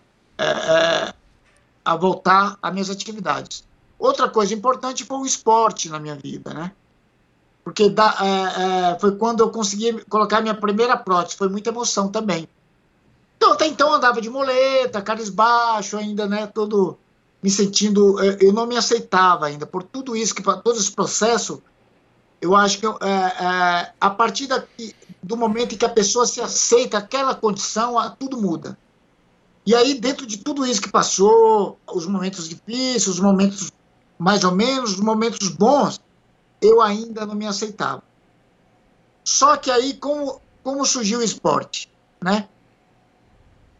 Speaker 2: voltar às minhas atividades. Outra coisa importante foi o esporte na minha vida, né? Porque foi quando eu consegui colocar minha primeira prótese, foi muita emoção também. Então, até então eu andava de muleta, cabisbaixo ainda, né? Todo me sentindo, eu não me aceitava ainda, por tudo isso, todo esse processo, eu acho que a partir do momento em que a pessoa se aceita aquela condição, tudo muda. E aí, dentro de tudo isso que passou, os momentos difíceis, os momentos mais ou menos, os momentos bons, eu ainda não me aceitava. Só que aí, como surgiu o esporte, né?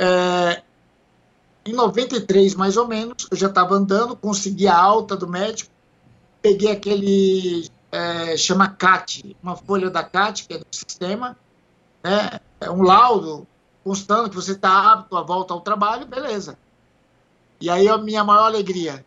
Speaker 2: Em 93, mais ou menos, eu já estava andando, consegui a alta do médico, peguei aquele, chama CAT, uma folha da CAT, que é do sistema, né? É um laudo constando que você está apto à volta ao trabalho, beleza. E aí a minha maior alegria,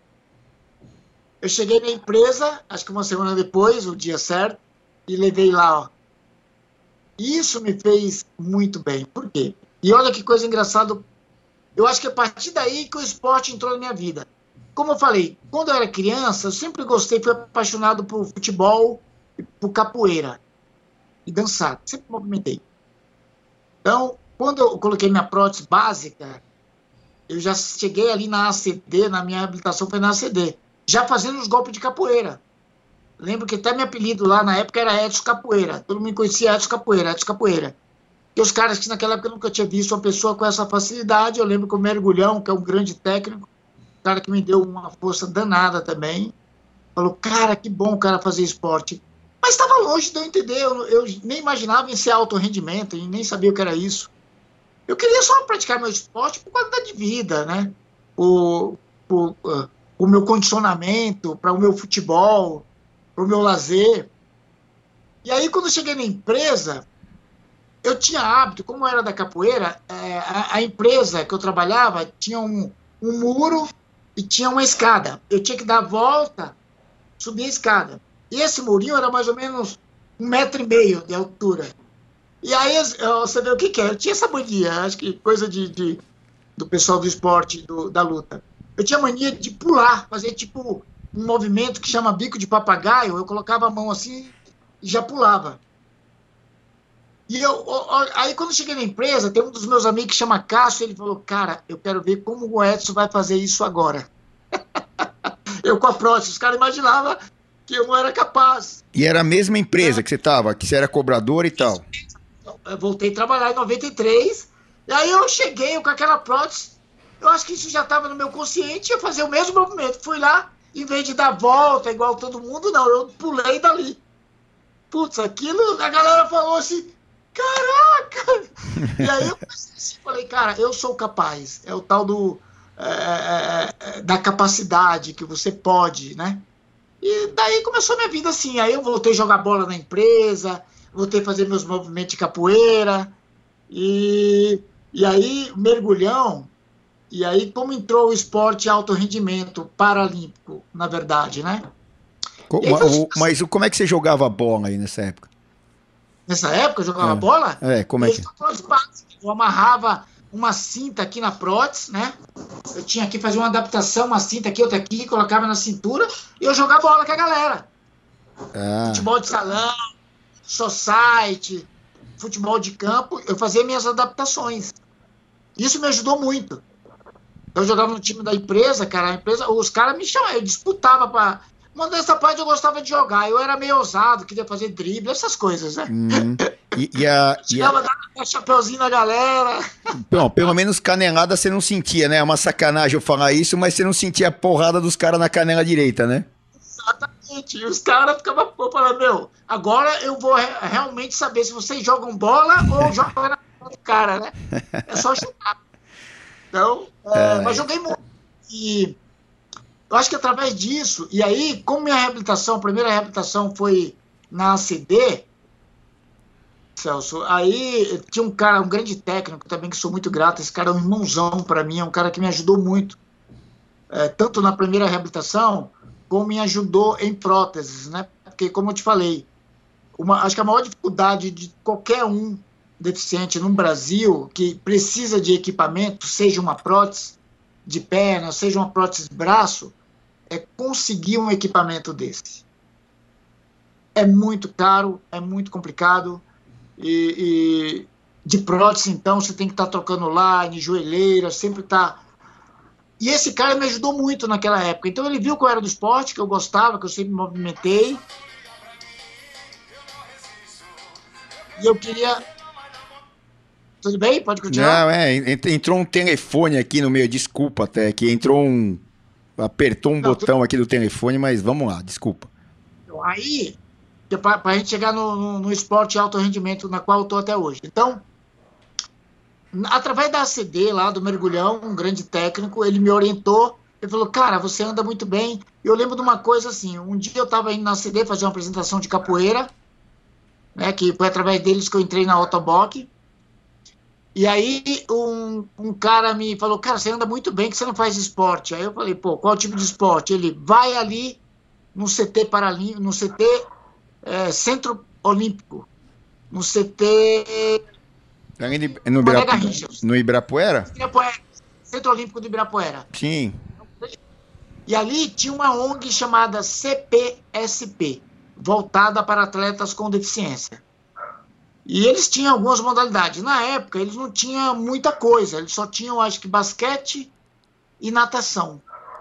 Speaker 2: eu cheguei na empresa, acho que uma semana depois, o dia certo, e levei lá, ó. Isso me fez muito bem. Por quê? E olha que coisa engraçada, eu acho que é a partir daí que o esporte entrou na minha vida. Como eu falei, quando eu era criança, eu sempre gostei, fui apaixonado por futebol e por capoeira. E dançar, sempre movimentei. Então, quando eu coloquei minha prótese básica, eu já cheguei ali na ACD, na minha habilitação foi na ACD, já fazendo os golpes de capoeira. Lembro que até meu apelido lá na época era Edson Capoeira. Todo mundo me conhecia Edson Capoeira, Edson Capoeira. E os caras que naquela época eu nunca tinha visto uma pessoa com essa facilidade. Eu lembro que o Mergulhão, que é um grande técnico, um cara que me deu uma força danada também, falou, cara, que bom o cara fazer esporte. Mas estava longe de eu entender, eu nem imaginava em ser alto rendimento, e nem sabia o que era isso. Eu queria só praticar meu esporte por qualidade de vida, né? O meu condicionamento, para o meu futebol, para o meu lazer. E aí, quando eu cheguei na empresa, eu tinha hábito, como eu era da capoeira, a empresa que eu trabalhava tinha um muro e tinha uma escada. Eu tinha que dar a volta, subir a escada. E esse murinho era mais ou menos 1,5 m de altura. E aí você vê o que é. Eu tinha essa mania, acho que coisa do pessoal do esporte, da luta. Eu tinha mania de pular, fazer tipo um movimento que chama bico de papagaio. Eu colocava a mão assim e já pulava. E aí quando eu cheguei na empresa, tem um dos meus amigos que chama Cássio, ele falou, cara, eu quero ver como o Edson vai fazer isso agora. Eu com a prótese, os caras imaginavam que eu não era capaz.
Speaker 1: E era a mesma empresa que você estava, que você era cobrador e tal?
Speaker 2: Eu voltei a trabalhar em 93, e aí eu cheguei com aquela prótese, eu acho que isso já estava no meu consciente, eu fazia o mesmo movimento. Fui lá, em vez de dar volta igual todo mundo, não, eu pulei dali. Putz, aquilo, a galera falou assim, caraca! E aí eu falei, cara, eu sou capaz. É o tal da capacidade que você pode, né? E daí começou a minha vida assim. Aí eu voltei a jogar bola na empresa, voltei a fazer meus movimentos de capoeira, e aí mergulhão, e aí como entrou o esporte alto rendimento paralímpico, na verdade, né?
Speaker 1: Mas como é que você jogava bola aí nessa época?
Speaker 2: Nessa época eu jogava bola?
Speaker 1: Como é que...
Speaker 2: Eu amarrava uma cinta aqui na prótese, né? Eu tinha que fazer uma adaptação, uma cinta aqui, outra aqui, colocava na cintura e eu jogava bola com a galera. Futebol de salão, society, futebol de campo, eu fazia minhas adaptações. Isso me ajudou muito. Eu jogava no time da empresa, cara, os caras me chamavam, eu disputava para... Mandando essa parte eu gostava de jogar, eu era meio ousado, queria fazer drible, essas coisas, né? Chegava dar chapeuzinho na galera.
Speaker 1: Bom, pelo menos canelada você não sentia, né? É uma sacanagem eu falar isso, mas você não sentia a porrada dos caras na canela direita, né?
Speaker 2: Exatamente, e os caras ficavam falando, meu, agora eu vou realmente saber se vocês jogam bola ou jogam na do cara, né? É só chutar. Então, mas joguei muito. E eu acho que através disso, e aí, como minha reabilitação, a primeira reabilitação foi na ACD, Celso, aí tinha um cara, um grande técnico também, que sou muito grato, esse cara é um irmãozão para mim, é um cara que me ajudou muito, tanto na primeira reabilitação, como me ajudou em próteses, né? Porque, como eu te falei, acho que a maior dificuldade de qualquer um deficiente no Brasil que precisa de equipamento, seja uma prótese de perna, seja uma prótese de braço, é conseguir um equipamento desse. É muito caro, é muito complicado, e de prótese, então, você tem que estar trocando line, joelheira, sempre tá... E esse cara me ajudou muito naquela época. Então ele viu que eu era do esporte, que eu gostava, que eu sempre me movimentei. E eu queria... Tudo bem? Pode continuar?
Speaker 1: Não, entrou um telefone aqui no meio, desculpa até, que entrou apertou um botão aqui do telefone, mas vamos lá, desculpa.
Speaker 2: Aí, para a gente chegar no esporte alto rendimento, na qual eu estou até hoje. Então, através da ACD lá, do mergulhão, um grande técnico, ele me orientou. Ele falou, cara, você anda muito bem. Eu lembro de uma coisa assim, um dia eu estava indo na ACD fazer uma apresentação de capoeira, né, que foi através deles que eu entrei na Autoboc. E aí um cara me falou, cara, você anda muito bem, que você não faz esporte. Aí eu falei, pô, qual tipo de esporte? Ele, vai ali no CT Paralímpico, no CT Centro Olímpico, no CT
Speaker 1: No,
Speaker 2: Mané Garrincha.
Speaker 1: no Ibirapuera?
Speaker 2: Centro Olímpico do Ibirapuera.
Speaker 1: Sim.
Speaker 2: E ali tinha uma ONG chamada CPSP, voltada para atletas com deficiência. E eles tinham algumas modalidades. Na época, eles não tinham muita coisa. Eles só tinham, acho que, basquete e natação.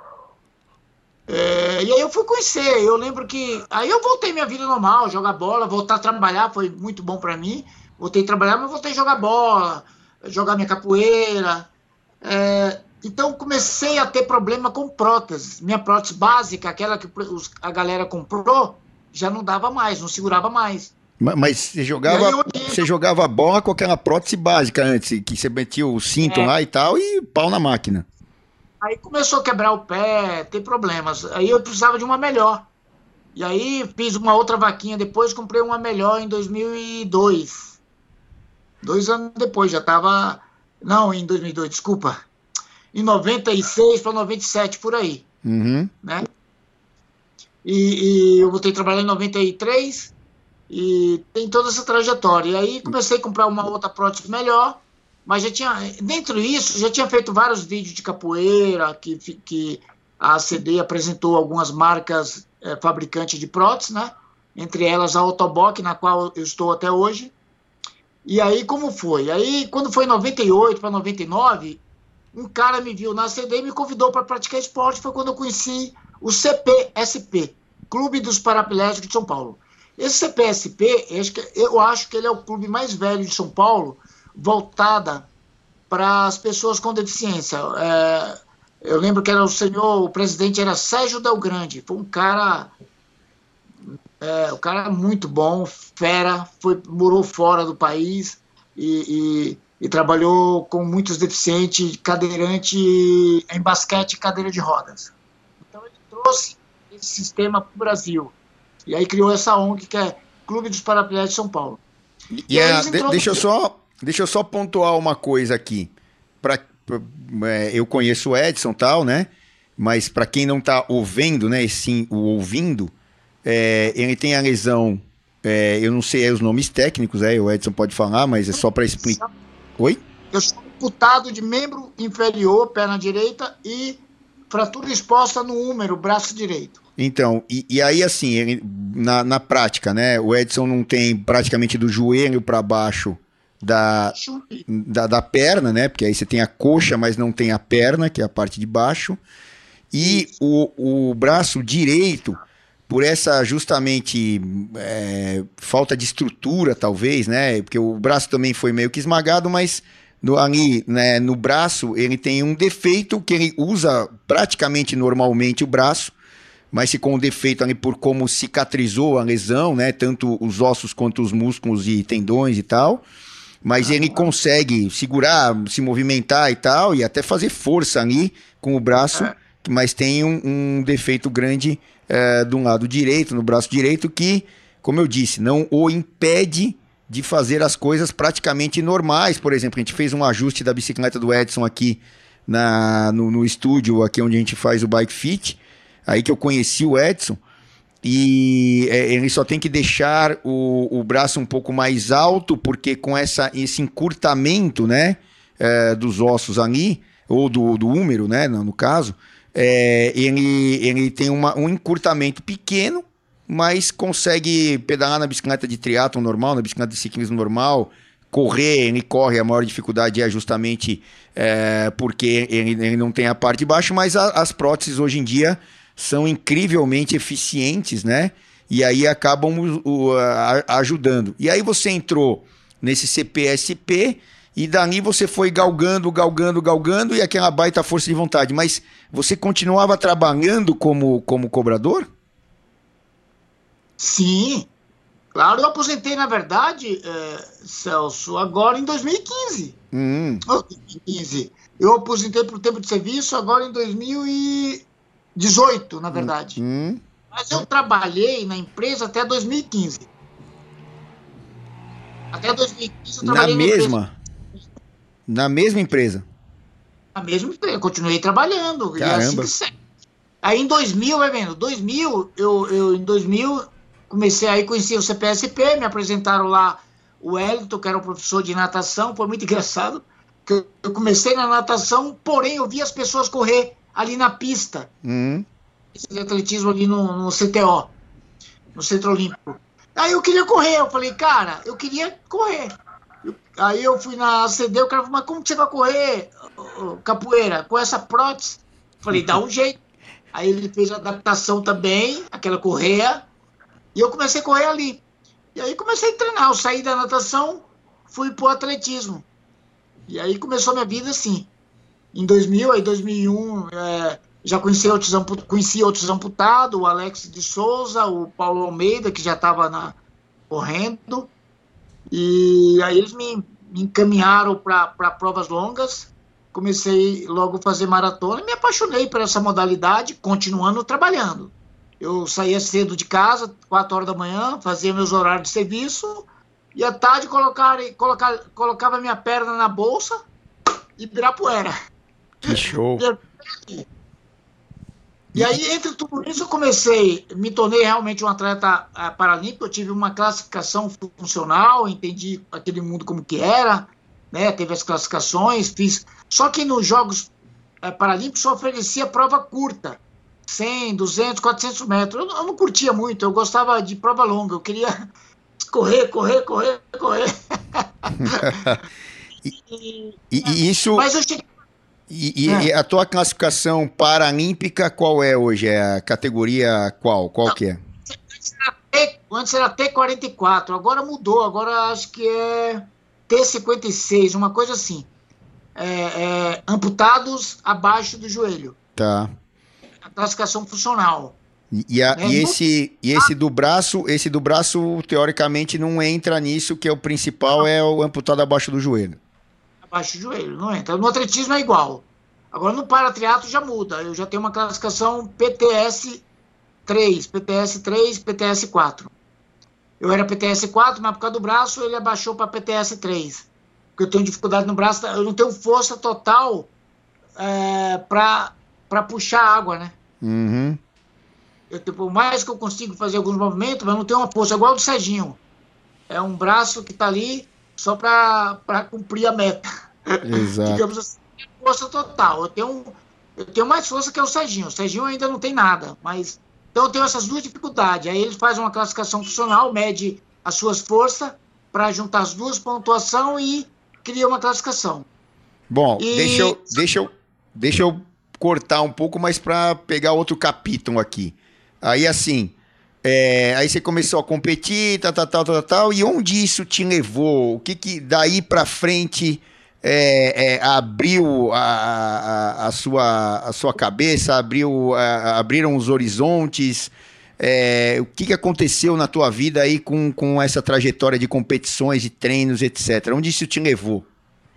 Speaker 2: E aí eu fui conhecer. Eu lembro que... Aí eu voltei minha vida normal, jogar bola, voltar a trabalhar, foi muito bom para mim. Voltei a trabalhar, mas voltei a jogar bola, jogar minha capoeira. Então comecei a ter problema com próteses. Minha prótese básica, aquela que a galera comprou, já não dava mais, não segurava mais.
Speaker 1: Mas você jogava bola com aquela prótese básica antes, que você metia o cinto lá e tal, e pau na máquina.
Speaker 2: Aí começou a quebrar o pé, ter problemas. Aí eu precisava de uma melhor. E aí fiz uma outra vaquinha depois, comprei uma melhor em 2002. 2 anos depois, já estava... Não, em 2002, desculpa. Em 96 para 97, por aí.
Speaker 1: Uhum.
Speaker 2: Né? E eu voltei a trabalhar em 93... E tem toda essa trajetória. E aí comecei a comprar uma outra prótese melhor, mas já tinha, dentro disso, já tinha feito vários vídeos de capoeira, que a ACD apresentou algumas marcas fabricantes de prótese, né? Entre elas a Autoboc, na qual eu estou até hoje. E aí como foi? Aí quando foi em 98 para 99, um cara me viu na ACD e me convidou para praticar esporte. Foi quando eu conheci o CPSP, Clube dos Paraplégicos de São Paulo. Esse CPSP, eu acho que ele é o clube mais velho de São Paulo, voltada para as pessoas com deficiência. Eu lembro que o presidente era Sérgio Del Grande, foi um cara muito bom, fera, morou fora do país e trabalhou com muitos deficientes, cadeirante em basquete e cadeira de rodas. Então ele trouxe esse sistema para o Brasil. E aí criou essa ONG, que é Clube dos Paraplégicos de São Paulo.
Speaker 1: Deixa eu só pontuar uma coisa aqui. Eu conheço o Edson e tal, né? Mas para quem não tá ouvindo, né? Sim, o ouvindo, ele tem a lesão, eu não sei os nomes técnicos, o Edson pode falar, mas é só para explicar. Oi?
Speaker 2: Eu sou amputado de membro inferior, perna direita, e fratura exposta no húmero, braço direito.
Speaker 1: Então, e aí assim, na prática, né, o Edson não tem praticamente do joelho para baixo da perna, né, porque aí você tem a coxa, mas não tem a perna, que é a parte de baixo, e o braço direito, por essa justamente falta de estrutura, talvez, né, porque o braço também foi meio que esmagado, mas ali, né, no braço ele tem um defeito que ele usa praticamente normalmente o braço, mas se com um defeito ali por como cicatrizou a lesão, né, tanto os ossos quanto os músculos e tendões e tal, mas ele consegue segurar, se movimentar e tal, e até fazer força ali com o braço, mas tem um defeito grande do lado direito, no braço direito, que, como eu disse, não o impede de fazer as coisas praticamente normais. Por exemplo, a gente fez um ajuste da bicicleta do Edson aqui no estúdio, aqui onde a gente faz o Bike Fit, aí que eu conheci o Edson, e ele só tem que deixar o braço um pouco mais alto, porque com esse encurtamento, né, dos ossos ali, ou do húmero, né, no caso, ele tem um encurtamento pequeno, mas consegue pedalar na bicicleta de triatlon normal, na bicicleta de ciclismo normal, correr, ele corre, a maior dificuldade é justamente porque ele não tem a parte de baixo, mas as próteses hoje em dia são incrivelmente eficientes, né? E aí acabam ajudando. E aí você entrou nesse CPSP e dali você foi galgando e aquela baita força de vontade. Mas você continuava trabalhando como cobrador?
Speaker 2: Sim. Claro, eu aposentei, na verdade, Celso, agora em 2015. Oh, 2015. Eu aposentei por tempo de serviço agora em 2018, na verdade. Mas eu trabalhei na empresa até 2015. Até 2015 eu trabalhei na empresa.
Speaker 1: Na mesma empresa?
Speaker 2: Na mesma empresa, eu continuei trabalhando.
Speaker 1: Caramba.
Speaker 2: E é assim que segue. Aí em 2000, vai vendo, em 2000 comecei aí, conheci o CPSP, me apresentaram lá o Wellington, que era um professor de natação, foi muito engraçado, que eu comecei na natação, porém eu vi as pessoas correr ali na pista, esse atletismo ali no CTO, no Centro Olímpico. Aí eu queria correr, eu falei, cara, eu queria correr. Aí eu fui na ACD, o cara falou, mas como que você vai correr, capoeira, com essa prótese? Eu falei, dá um jeito. Aí ele fez a adaptação também, aquela correia, e eu comecei a correr ali. E aí comecei a treinar, eu saí da natação, fui pro atletismo. E aí começou a minha vida assim. Em 2000, aí 2001, já conheci outros amputados, o Alex de Souza, o Paulo Almeida, que já estava correndo. E aí eles me encaminharam para provas longas. Comecei logo a fazer maratona e me apaixonei por essa modalidade, continuando trabalhando. Eu saía cedo de casa, 4 horas da manhã, fazia meus horários de serviço, e à tarde colocava minha perna na bolsa e Ibirapuera.
Speaker 1: Que show!
Speaker 2: E aí, entre tudo isso, me tornei realmente um atleta paralímpico. Eu tive uma classificação funcional, entendi aquele mundo como que era, né? Teve as classificações, fiz. Só que nos Jogos Paralímpicos só oferecia prova curta, 100, 200, 400 metros. Eu não curtia muito, eu gostava de prova longa, eu queria correr.
Speaker 1: E isso...
Speaker 2: Mas eu cheguei...
Speaker 1: E a tua classificação paralímpica qual é hoje? É a categoria qual? Qual que é?
Speaker 2: Antes era T44, agora mudou, agora acho que é T56, uma coisa assim. Amputados abaixo do joelho.
Speaker 1: Tá.
Speaker 2: A classificação funcional.
Speaker 1: E esse do braço, teoricamente não entra nisso, que é o principal, é o amputado abaixo do joelho.
Speaker 2: Abaixo do joelho, não entra. No atletismo é igual. Agora no paratriatlo já muda. Eu já tenho uma classificação PTS 3, PTS 4. Eu era PTS 4, mas por causa do braço ele abaixou para PTS 3. Porque eu tenho dificuldade no braço, eu não tenho força total para puxar água, né?
Speaker 1: Uhum.
Speaker 2: Por mais que eu consiga fazer alguns movimentos, mas não tenho uma força igual do Serginho. É um braço que está ali só para cumprir a meta.
Speaker 1: Exato.
Speaker 2: Digamos assim, força total. Eu tenho mais força que o Serginho. O Serginho ainda não tem nada, mas então eu tenho essas duas dificuldades. Aí ele faz uma classificação funcional, mede as suas forças para juntar as duas pontuação e cria uma classificação.
Speaker 1: Bom, deixa eu cortar um pouco, mas para pegar outro capítulo aqui. Aí assim, aí você começou a competir, tal, e onde isso te levou? O que daí para frente abriu a sua cabeça, abriram os horizontes? O que aconteceu na tua vida aí com essa trajetória de competições, de treinos, etc? Onde isso te levou?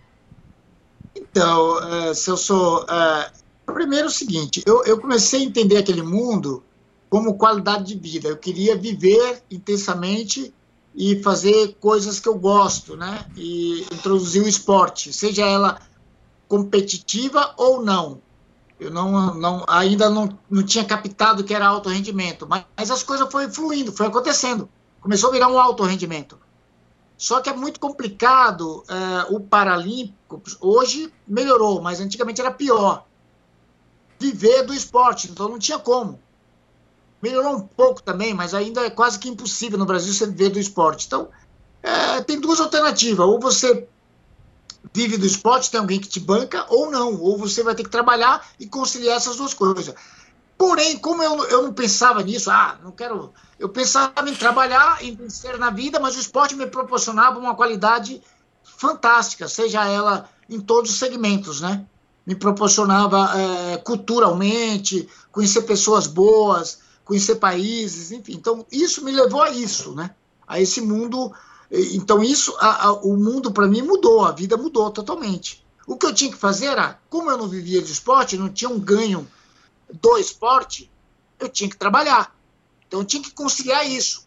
Speaker 2: Então, Celso, primeiro é o seguinte, eu comecei a entender aquele mundo como qualidade de vida. Eu queria viver intensamente e fazer coisas que eu gosto, né? E introduzir o esporte, seja ela competitiva ou não. Eu ainda não tinha captado que era alto rendimento, mas as coisas foram fluindo, foi acontecendo. Começou a virar um alto rendimento. Só que é muito complicado, o Paralímpico, hoje melhorou, mas antigamente era pior. Viver do esporte, então não tinha como. Melhorou um pouco também, mas ainda é quase que impossível no Brasil você viver do esporte. Então, tem duas alternativas. Ou você vive do esporte, tem alguém que te banca, ou não. Ou você vai ter que trabalhar e conciliar essas duas coisas. Porém, como eu não pensava nisso, não quero... Eu pensava em trabalhar, em vencer na vida, mas o esporte me proporcionava uma qualidade fantástica, seja ela em todos os segmentos, né? Me proporcionava culturalmente, conhecer pessoas boas, conhecer países, enfim. Então, isso me levou a isso, né? a esse mundo. Então isso, o mundo para mim mudou, a vida mudou totalmente. O que eu tinha que fazer era, como eu não vivia de esporte, não tinha um ganho do esporte, eu tinha que trabalhar. Então eu tinha que conciliar isso,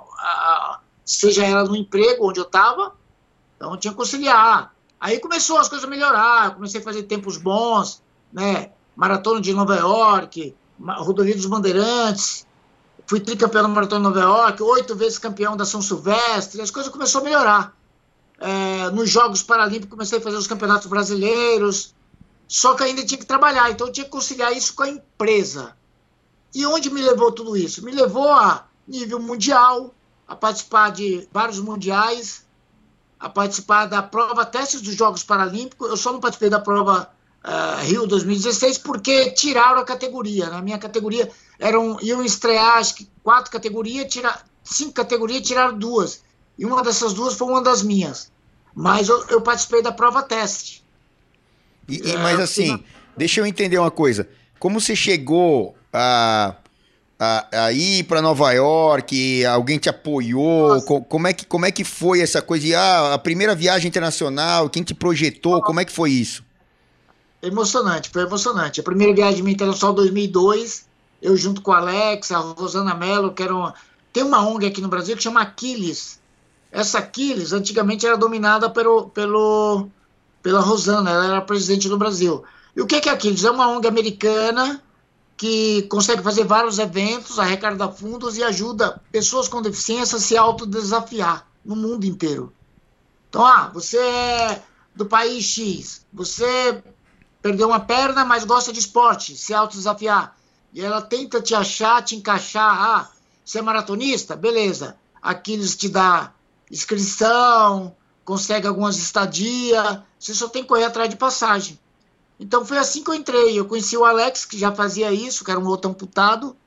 Speaker 2: seja ela no emprego onde eu estava, então eu tinha que conciliar. Aí começou as coisas a melhorar, eu comecei a fazer tempos bons, né? Maratona de Nova York, Rodovia dos Bandeirantes, fui tricampeão na Maratona de Nova York, 8 vezes campeão da São Silvestre, as coisas começaram a melhorar. Nos Jogos Paralímpicos comecei a fazer os campeonatos brasileiros, só que ainda tinha que trabalhar, então eu tinha que conciliar isso com a empresa. E onde me levou tudo isso? Me levou a nível mundial, a participar de vários mundiais, a participar da prova testes dos Jogos Paralímpicos. Eu só não participei da prova Rio 2016 porque tiraram a categoria. Na minha categoria iam estrear acho que 4 categorias, 5 categorias, tiraram 2. E uma dessas 2 foi uma das minhas. Mas eu participei da prova teste.
Speaker 1: Mas assim, deixa eu entender uma coisa. Como você chegou a ir para Nova York? Alguém te apoiou? Como é que foi essa coisa? A primeira viagem internacional, quem te projetou? Como é que foi isso?
Speaker 2: Emocionante, foi emocionante. A primeira viagem minha internacional em 2002, eu junto com o Alex, a Rosana Mello, tem uma ONG aqui no Brasil que chama Aquiles. Essa Aquiles antigamente era dominada pela Rosana, ela era presidente do Brasil. E o que é Aquiles? É uma ONG americana que consegue fazer vários eventos, arrecada fundos e ajuda pessoas com deficiência a se autodesafiar no mundo inteiro. Então, você é do país X, você perdeu uma perna, mas gosta de esporte, se autodesafiar. E ela tenta te achar, te encaixar. Você é maratonista? Beleza. Aqui eles te dá inscrição, consegue algumas estadias, você só tem que correr atrás de passagem. Então foi assim que eu entrei. Eu conheci o Alex, que já fazia isso, que era um outro amputado,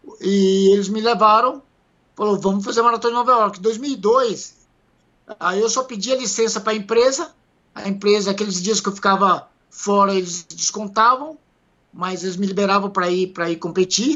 Speaker 2: e eles me levaram, falou, vamos fazer a Maratona de Nova York. Em 2002, aí eu só pedi a licença para a empresa, aqueles dias que eu ficava fora, eles descontavam, mas eles me liberavam para ir competir,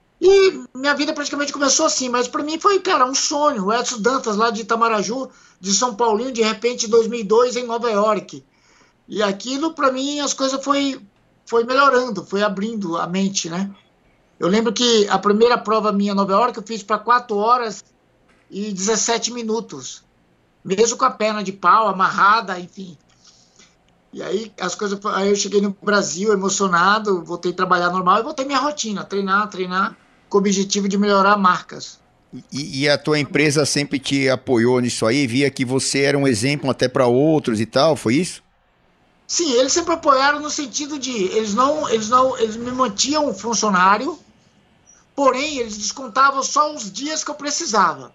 Speaker 2: e minha vida praticamente começou assim, mas para mim foi, cara, um sonho. O Edson Dantas, lá de Itamaraju, de São Paulinho, de repente, em 2002, em Nova York. E aquilo, para mim, as coisas foi melhorando, foi abrindo a mente, né? Eu lembro que a primeira prova minha em Nova York, eu fiz para 4 horas e 17 minutos. Mesmo com a perna de pau, amarrada, enfim. E aí, aí eu cheguei no Brasil emocionado, voltei a trabalhar normal e voltei minha rotina, treinar, com o objetivo de melhorar marcas.
Speaker 1: E a tua empresa sempre te apoiou nisso aí? Via que você era um exemplo até para outros e tal, foi isso?
Speaker 2: Sim, eles sempre apoiaram no sentido de, eles me mantinham funcionário, porém eles descontavam só os dias que eu precisava.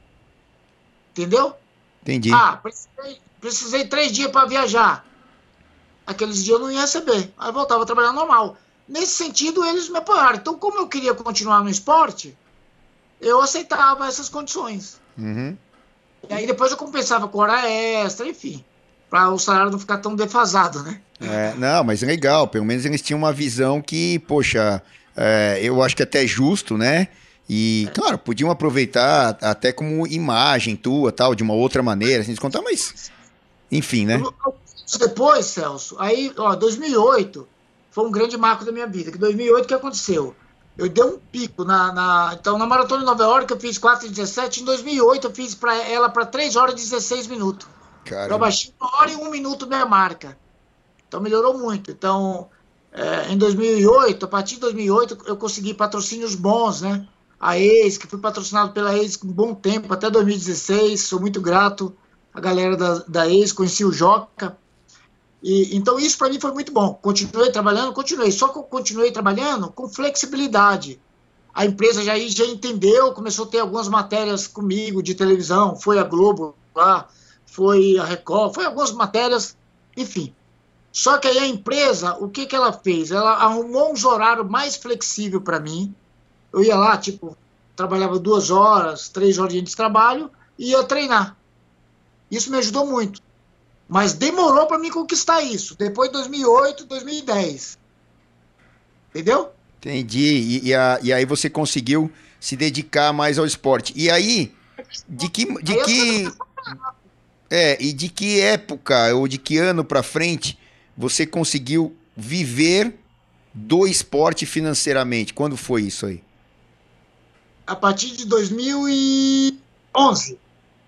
Speaker 2: Entendeu?
Speaker 1: Entendi.
Speaker 2: Precisei 3 dias para viajar. Aqueles dias eu não ia receber. Aí eu voltava a trabalhar normal. Nesse sentido, eles me apoiaram. Então, como eu queria continuar no esporte, eu aceitava essas condições.
Speaker 1: Uhum.
Speaker 2: E aí depois eu compensava com hora extra, enfim, para o salário não ficar tão defasado, né?
Speaker 1: Não, mas é legal. Pelo menos eles tinham uma visão que, poxa, eu acho que até é justo, né? E, claro, podiam aproveitar até como imagem tua, tal, de uma outra maneira, sem descontar, mas, enfim, né?
Speaker 2: Depois, Celso, aí, 2008 foi um grande marco da minha vida. Que 2008 o que aconteceu? Eu dei um pico então na Maratona de Nova York eu fiz 4h17, em 2008 eu fiz ela para 3 horas e 16 minutos.
Speaker 1: Caramba.
Speaker 2: Eu baixei 1 hora e 1 minuto minha marca. Então melhorou muito. Então, em 2008, a partir de 2008 eu consegui patrocínios bons, né? A Ace, que fui patrocinado pela Ace com um bom tempo, até 2016, sou muito grato à galera da Ace, conheci o Joca. Então isso para mim foi muito bom. Continuei trabalhando, só que eu continuei trabalhando com flexibilidade. A empresa já entendeu, começou a ter algumas matérias comigo de televisão, foi a Globo lá, foi a Record, foi algumas matérias, enfim. Só que aí a empresa, o que ela fez? Ela arrumou uns horários mais flexíveis para mim. Eu ia lá, trabalhava 2 horas, 3 horas de trabalho e ia treinar. Isso me ajudou muito. Mas demorou para mim conquistar isso. Depois de 2008, 2010. Entendeu?
Speaker 1: Entendi. E aí você conseguiu se dedicar mais ao esporte. E aí, De que, de
Speaker 2: Aí as coisas
Speaker 1: que, e de que época ou de que ano pra frente você conseguiu viver do esporte financeiramente? Quando foi isso aí?
Speaker 2: a partir de 2011.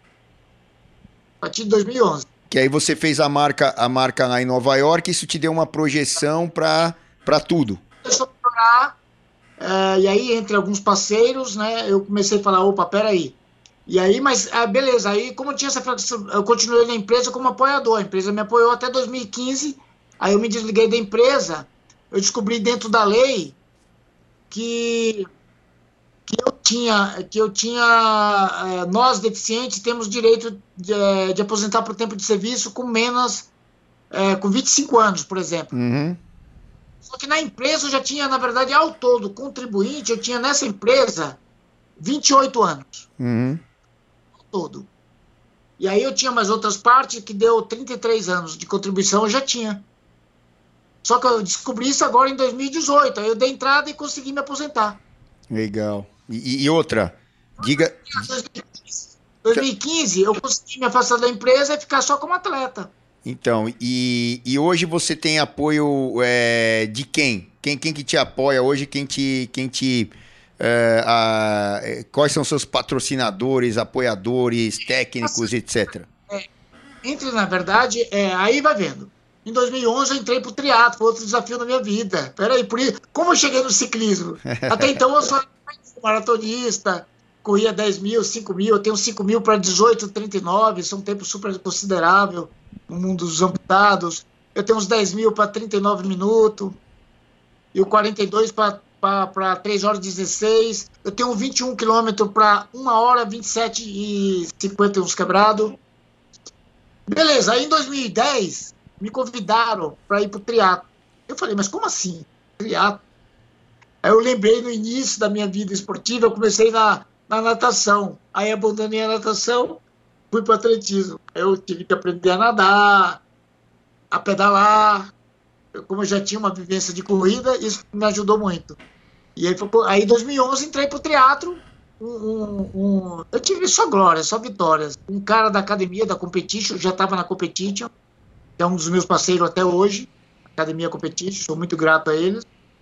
Speaker 2: A partir de 2011.
Speaker 1: Que aí você fez a marca lá em Nova York, isso te deu uma projeção para tudo.
Speaker 2: Começou a melhorar, e aí, entre alguns parceiros, né, eu comecei a falar, opa, peraí. E aí, mas beleza, aí como eu tinha essa eu continuei na empresa como apoiador, a empresa me apoiou até 2015, aí eu me desliguei da empresa, eu descobri dentro da lei que, nós deficientes temos direito de aposentar por tempo de serviço com menos, com 25 anos, por exemplo.
Speaker 1: Uhum,
Speaker 2: Só que na empresa eu já tinha, na verdade, ao todo, contribuinte, eu tinha nessa empresa 28 anos,
Speaker 1: uhum.
Speaker 2: ao todo. E aí eu tinha mais outras partes que deu 33 anos de contribuição, eu já tinha. Só que eu descobri isso agora em 2018, aí eu dei entrada e consegui me aposentar.
Speaker 1: Legal. E outra, diga.
Speaker 2: 2015, eu consegui me afastar da empresa e ficar só como atleta.
Speaker 1: Então, e hoje você tem apoio de quem? Quem que te apoia hoje? Quais são seus patrocinadores, apoiadores, técnicos, etc.
Speaker 2: Entre, na verdade, aí vai vendo. Em 2011 eu entrei pro triatlo, outro desafio na minha vida. Peraí, por isso, como eu cheguei no ciclismo? Até então eu sou maratonista, corria 10 mil, 5 mil, eu tenho 5 mil para 18,39, isso é um tempo super considerável no mundo dos amputados. Eu tenho uns 10 mil para 39 minutos, e o 42 para 3 horas e 16. Eu tenho 21 quilômetros para 1 hora 27 e 51 quebrado. Beleza, aí em 2010 me convidaram para ir para o triatlo. Eu falei, mas como assim? Triatlo? Aí eu lembrei no início da minha vida esportiva, eu comecei na natação. Aí abandonei a natação, fui para o atletismo. Eu tive que aprender a nadar, a pedalar. Como eu já tinha uma vivência de corrida, isso me ajudou muito. E aí em 2011 entrei para o triatlo. Eu tive só glórias, só vitórias. Um cara da academia, da Competition, já estava na Competition, que é um dos meus parceiros até hoje, Academia Competition, sou muito grato a eles.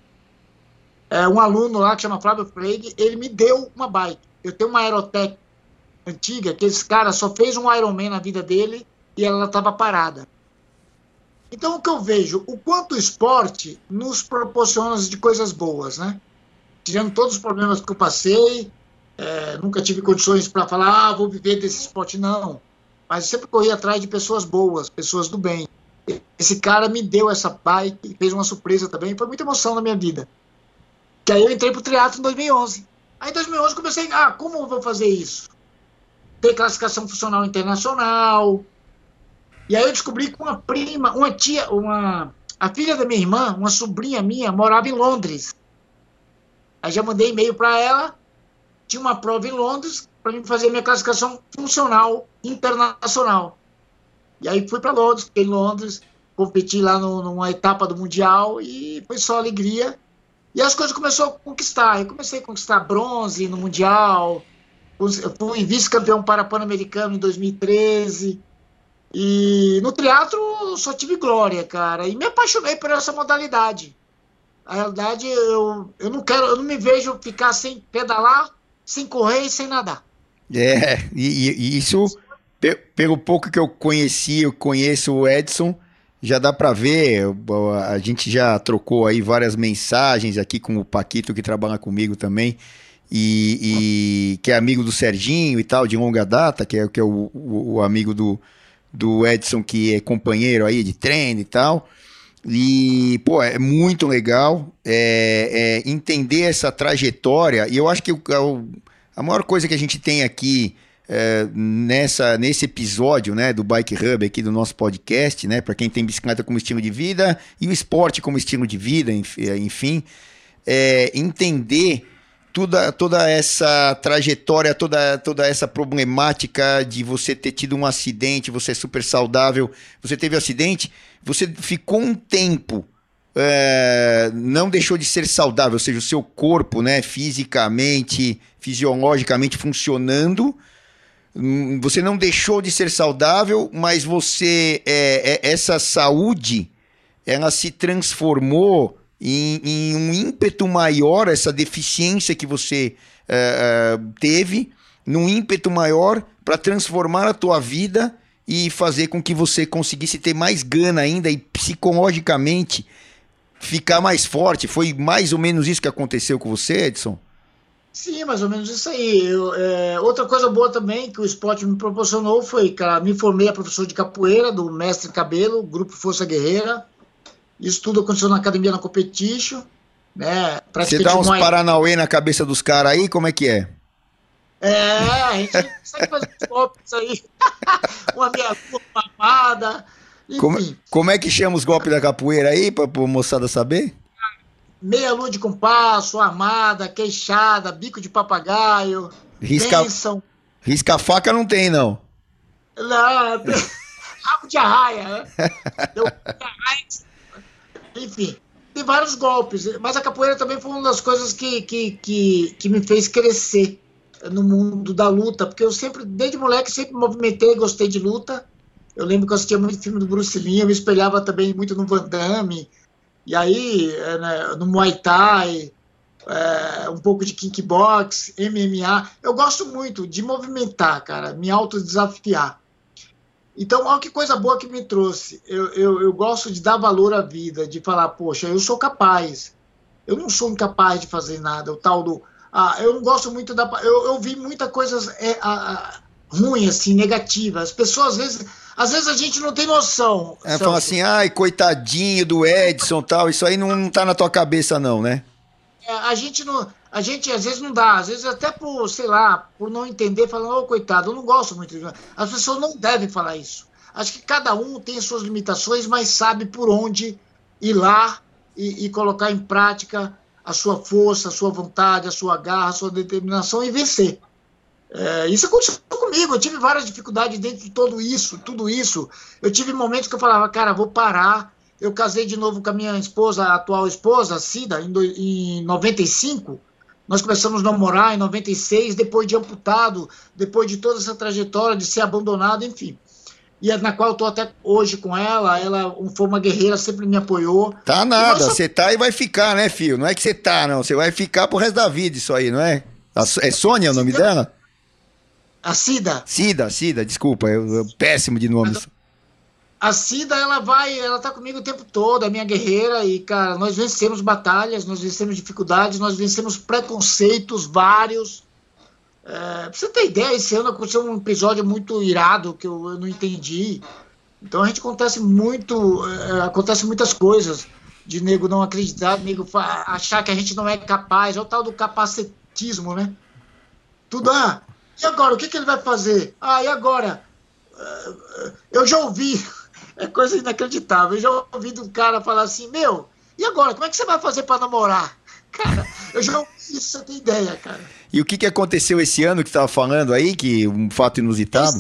Speaker 2: Um aluno lá que chama Flávio Freire, ele me deu uma bike. Eu tenho uma Aerotech antiga, que esse cara só fez um Ironman na vida dele e ela estava parada. Então o que eu vejo, o quanto o esporte nos proporciona de coisas boas, né? Tirando todos os problemas que eu passei, nunca tive condições para falar, vou viver desse esporte, não. Mas eu sempre corri atrás de pessoas boas, pessoas do bem. Esse cara me deu essa bike, fez uma surpresa também, foi muita emoção na minha vida. Que aí eu entrei pro triatlo em 2011. Aí em 2011 comecei, como eu vou fazer isso? Tem classificação funcional internacional. E aí eu descobri que uma prima, uma tia, a filha da minha irmã, uma sobrinha minha, morava em Londres. Aí já mandei e-mail para ela, tinha uma prova em Londres para mim fazer minha classificação funcional internacional. E aí fui para Londres, fiquei em Londres, competi lá numa etapa do Mundial e foi só alegria. E as coisas começaram a conquistar. Eu comecei a conquistar bronze no Mundial, fui vice-campeão para-pan-americano em 2013. E no triatlo só tive glória, cara. E me apaixonei por essa modalidade. Na realidade, eu não me vejo ficar sem pedalar, sem correr e sem nadar.
Speaker 1: E isso, pelo pouco que eu conheço o Edson, já dá para ver, a gente já trocou aí várias mensagens aqui com o Paquito, que trabalha comigo também, e que é amigo do Serginho e tal, de longa data, que é o amigo do Edson, que é companheiro aí de treino e tal. E, pô, é muito legal entender essa trajetória. E eu acho que a maior coisa que a gente tem aqui nesse episódio, né, do Bike Hub aqui do nosso podcast, né, para quem tem bicicleta como estilo de vida e o esporte como estilo de vida, enfim, entender toda essa trajetória, toda essa problemática de você ter tido um acidente, você é super saudável, você teve um acidente, você ficou um tempo, não deixou de ser saudável, ou seja, o seu corpo, né, fisicamente, fisiologicamente funcionando, Você não deixou de ser saudável, mas essa saúde, ela se transformou em um ímpeto maior, essa deficiência que você teve, num ímpeto maior para transformar a tua vida e fazer com que você conseguisse ter mais gana ainda e psicologicamente ficar mais forte. Foi mais ou menos isso que aconteceu com você, Edson?
Speaker 2: Sim, mais ou menos isso aí. Outra coisa boa também que o esporte me proporcionou foi, cara, me formei a professor de capoeira do Mestre Cabelo, Grupo Força Guerreira. Isso tudo aconteceu na academia na Competition, né?
Speaker 1: Você dá uns paranauê na cabeça dos caras aí, como é que é?
Speaker 2: A gente consegue fazer uns golpes aí. Uma meia-lua, uma amada, enfim.
Speaker 1: Como é que chama os golpes da capoeira aí, pra moçada saber?
Speaker 2: Meia-lua de compasso, armada, queixada, bico de papagaio, bênção.
Speaker 1: Risca-faca não tem, não.
Speaker 2: Não, rabo de arraia, né? Enfim, tem vários golpes. Mas a capoeira também foi uma das coisas que me fez crescer no mundo da luta, porque eu sempre, desde moleque, sempre me movimentei, gostei de luta. Eu lembro que eu assistia muito filme do Bruce Lee, eu me espelhava também muito no Van Damme, e aí no Muay Thai, um pouco de kickbox, MMA. Eu gosto muito de movimentar, cara, me autodesafiar. Então, olha que coisa boa que me trouxe. Eu gosto de dar valor à vida, de falar, poxa, eu sou capaz. Eu não sou incapaz de fazer nada. O tal do... eu não gosto muito da... Eu vi muita coisa ruim, assim, negativa. As pessoas, às vezes a gente não tem noção.
Speaker 1: Fala assim, ai, coitadinho do Edson e tal. Isso aí não tá na tua cabeça, não, né?
Speaker 2: A gente às vezes não dá, às vezes até por, sei lá, por não entender, falando, coitado, eu não gosto muito disso. As pessoas não devem falar isso. Acho que cada um tem suas limitações, mas sabe por onde ir lá e colocar em prática a sua força, a sua vontade, a sua garra, a sua determinação e vencer. Isso aconteceu comigo, eu tive várias dificuldades dentro de tudo isso. Eu tive momentos que eu falava, cara, vou parar. Eu casei de novo com a minha esposa, a atual esposa, a Cida, em 95. Nós começamos a namorar em 96, depois de amputado, depois de toda essa trajetória de ser abandonado, enfim. E na qual eu estou até hoje com ela. Ela foi uma guerreira, sempre me apoiou.
Speaker 1: Tá nada, você tá e vai ficar, né, filho? Não é que você tá, não. Você vai ficar pro resto da vida isso aí, não é? É Sônia o nome dela?
Speaker 2: A Cida.
Speaker 1: Cida, desculpa, eu péssimo de nomes.
Speaker 2: A Cida, ela tá comigo o tempo todo, é minha guerreira, e, cara, nós vencemos batalhas, nós vencemos dificuldades, nós vencemos preconceitos vários. Pra você ter ideia, esse ano aconteceu um episódio muito irado que eu não entendi. Então a gente acontece muitas coisas de nego não acreditar, nego achar que a gente não é capaz, é o tal do capacitismo, né? Tudo, e agora, o que ele vai fazer? E agora? Eu já ouvi, é coisa inacreditável, eu já ouvi um cara falar assim, e agora, como é que você vai fazer para namorar? Cara, eu já ouvi isso, você tem ideia, cara.
Speaker 1: E o que aconteceu esse ano que você estava falando aí, que um fato inusitado?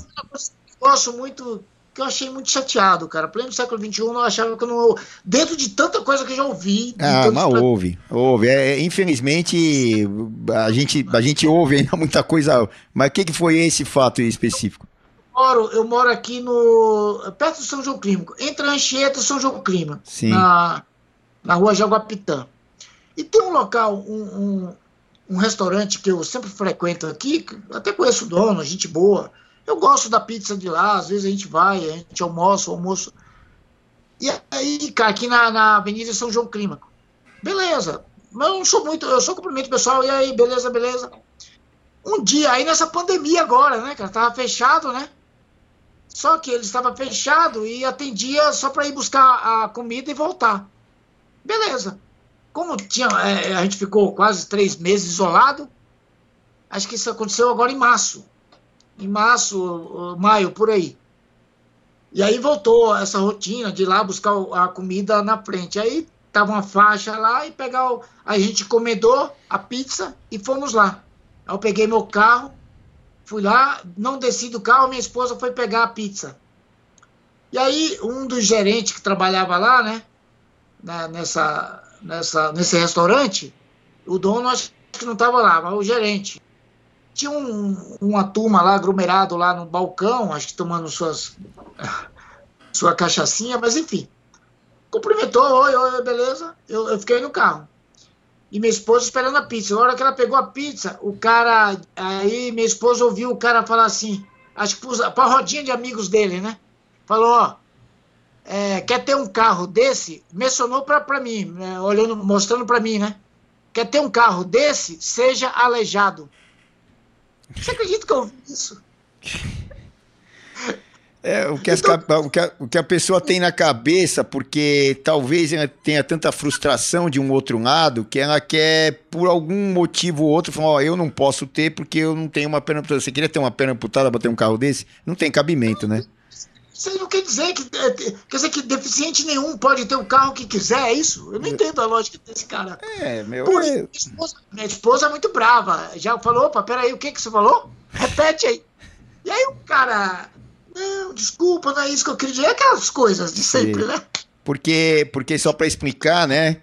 Speaker 2: Que eu achei muito chateado, cara. Pleno século XXI, eu achava que eu não... Dentro de tanta coisa que eu já ouvi...
Speaker 1: Mas houve. Infelizmente, a gente ouve ainda muita coisa... Mas o que foi esse fato específico?
Speaker 2: Eu moro aqui perto do São João Clínico, entre Anchieta e São João Clínico, na rua Jaguapitã. E tem um local, um restaurante que eu sempre frequento aqui, até conheço o dono, gente boa. Eu gosto da pizza de lá, às vezes a gente vai, a gente almoço. E aí, cara, aqui na Avenida São João Clínico. Beleza, mas eu não sou muito, eu só cumprimento o pessoal, e aí, beleza. Um dia, aí nessa pandemia agora, né, cara, tava fechado, né? Só que ele estava fechado e atendia só para ir buscar a comida e voltar. Beleza. Como a gente ficou quase 3 meses isolado, acho que isso aconteceu agora em março. Maio, por aí. E aí voltou essa rotina de ir lá buscar a comida na frente. Aí tava uma faixa lá e a gente encomendou a pizza e fomos lá. Aí eu peguei meu carro, fui lá, não desci do carro, minha esposa foi pegar a pizza. E aí um dos gerentes que trabalhava lá, né, nesse restaurante, o dono acho que não estava lá, mas o gerente. tinha uma turma lá, aglomerado lá no balcão, acho que tomando sua cachaçinha, mas enfim. Cumprimentou, oi, beleza. Eu fiquei no carro. E minha esposa esperando a pizza. Na hora que ela pegou a pizza, o cara... Aí minha esposa ouviu o cara falar assim, acho que para a rodinha de amigos dele, né? Falou, ó, quer ter um carro desse? Mencionou para mim, né, mostrando para mim, né? Quer ter um carro desse? Seja aleijado. Você acredita que eu ouvi isso?
Speaker 1: O que a pessoa tem na cabeça, porque talvez ela tenha tanta frustração de um outro lado, que ela quer, por algum motivo ou outro, falar, ó, eu não posso ter porque eu não tenho uma perna amputada. Você queria ter uma perna amputada para ter um carro desse? Não tem cabimento, né?
Speaker 2: Isso não quer dizer quer dizer que deficiente nenhum pode ter o carro que quiser, é isso? Eu não entendo a lógica desse cara. Minha esposa é muito brava. Já falou, opa, peraí, o que você falou? Repete aí. E aí o cara... Não, desculpa, não é isso que eu queria dizer. É aquelas coisas de sempre, né?
Speaker 1: Porque só para explicar, né?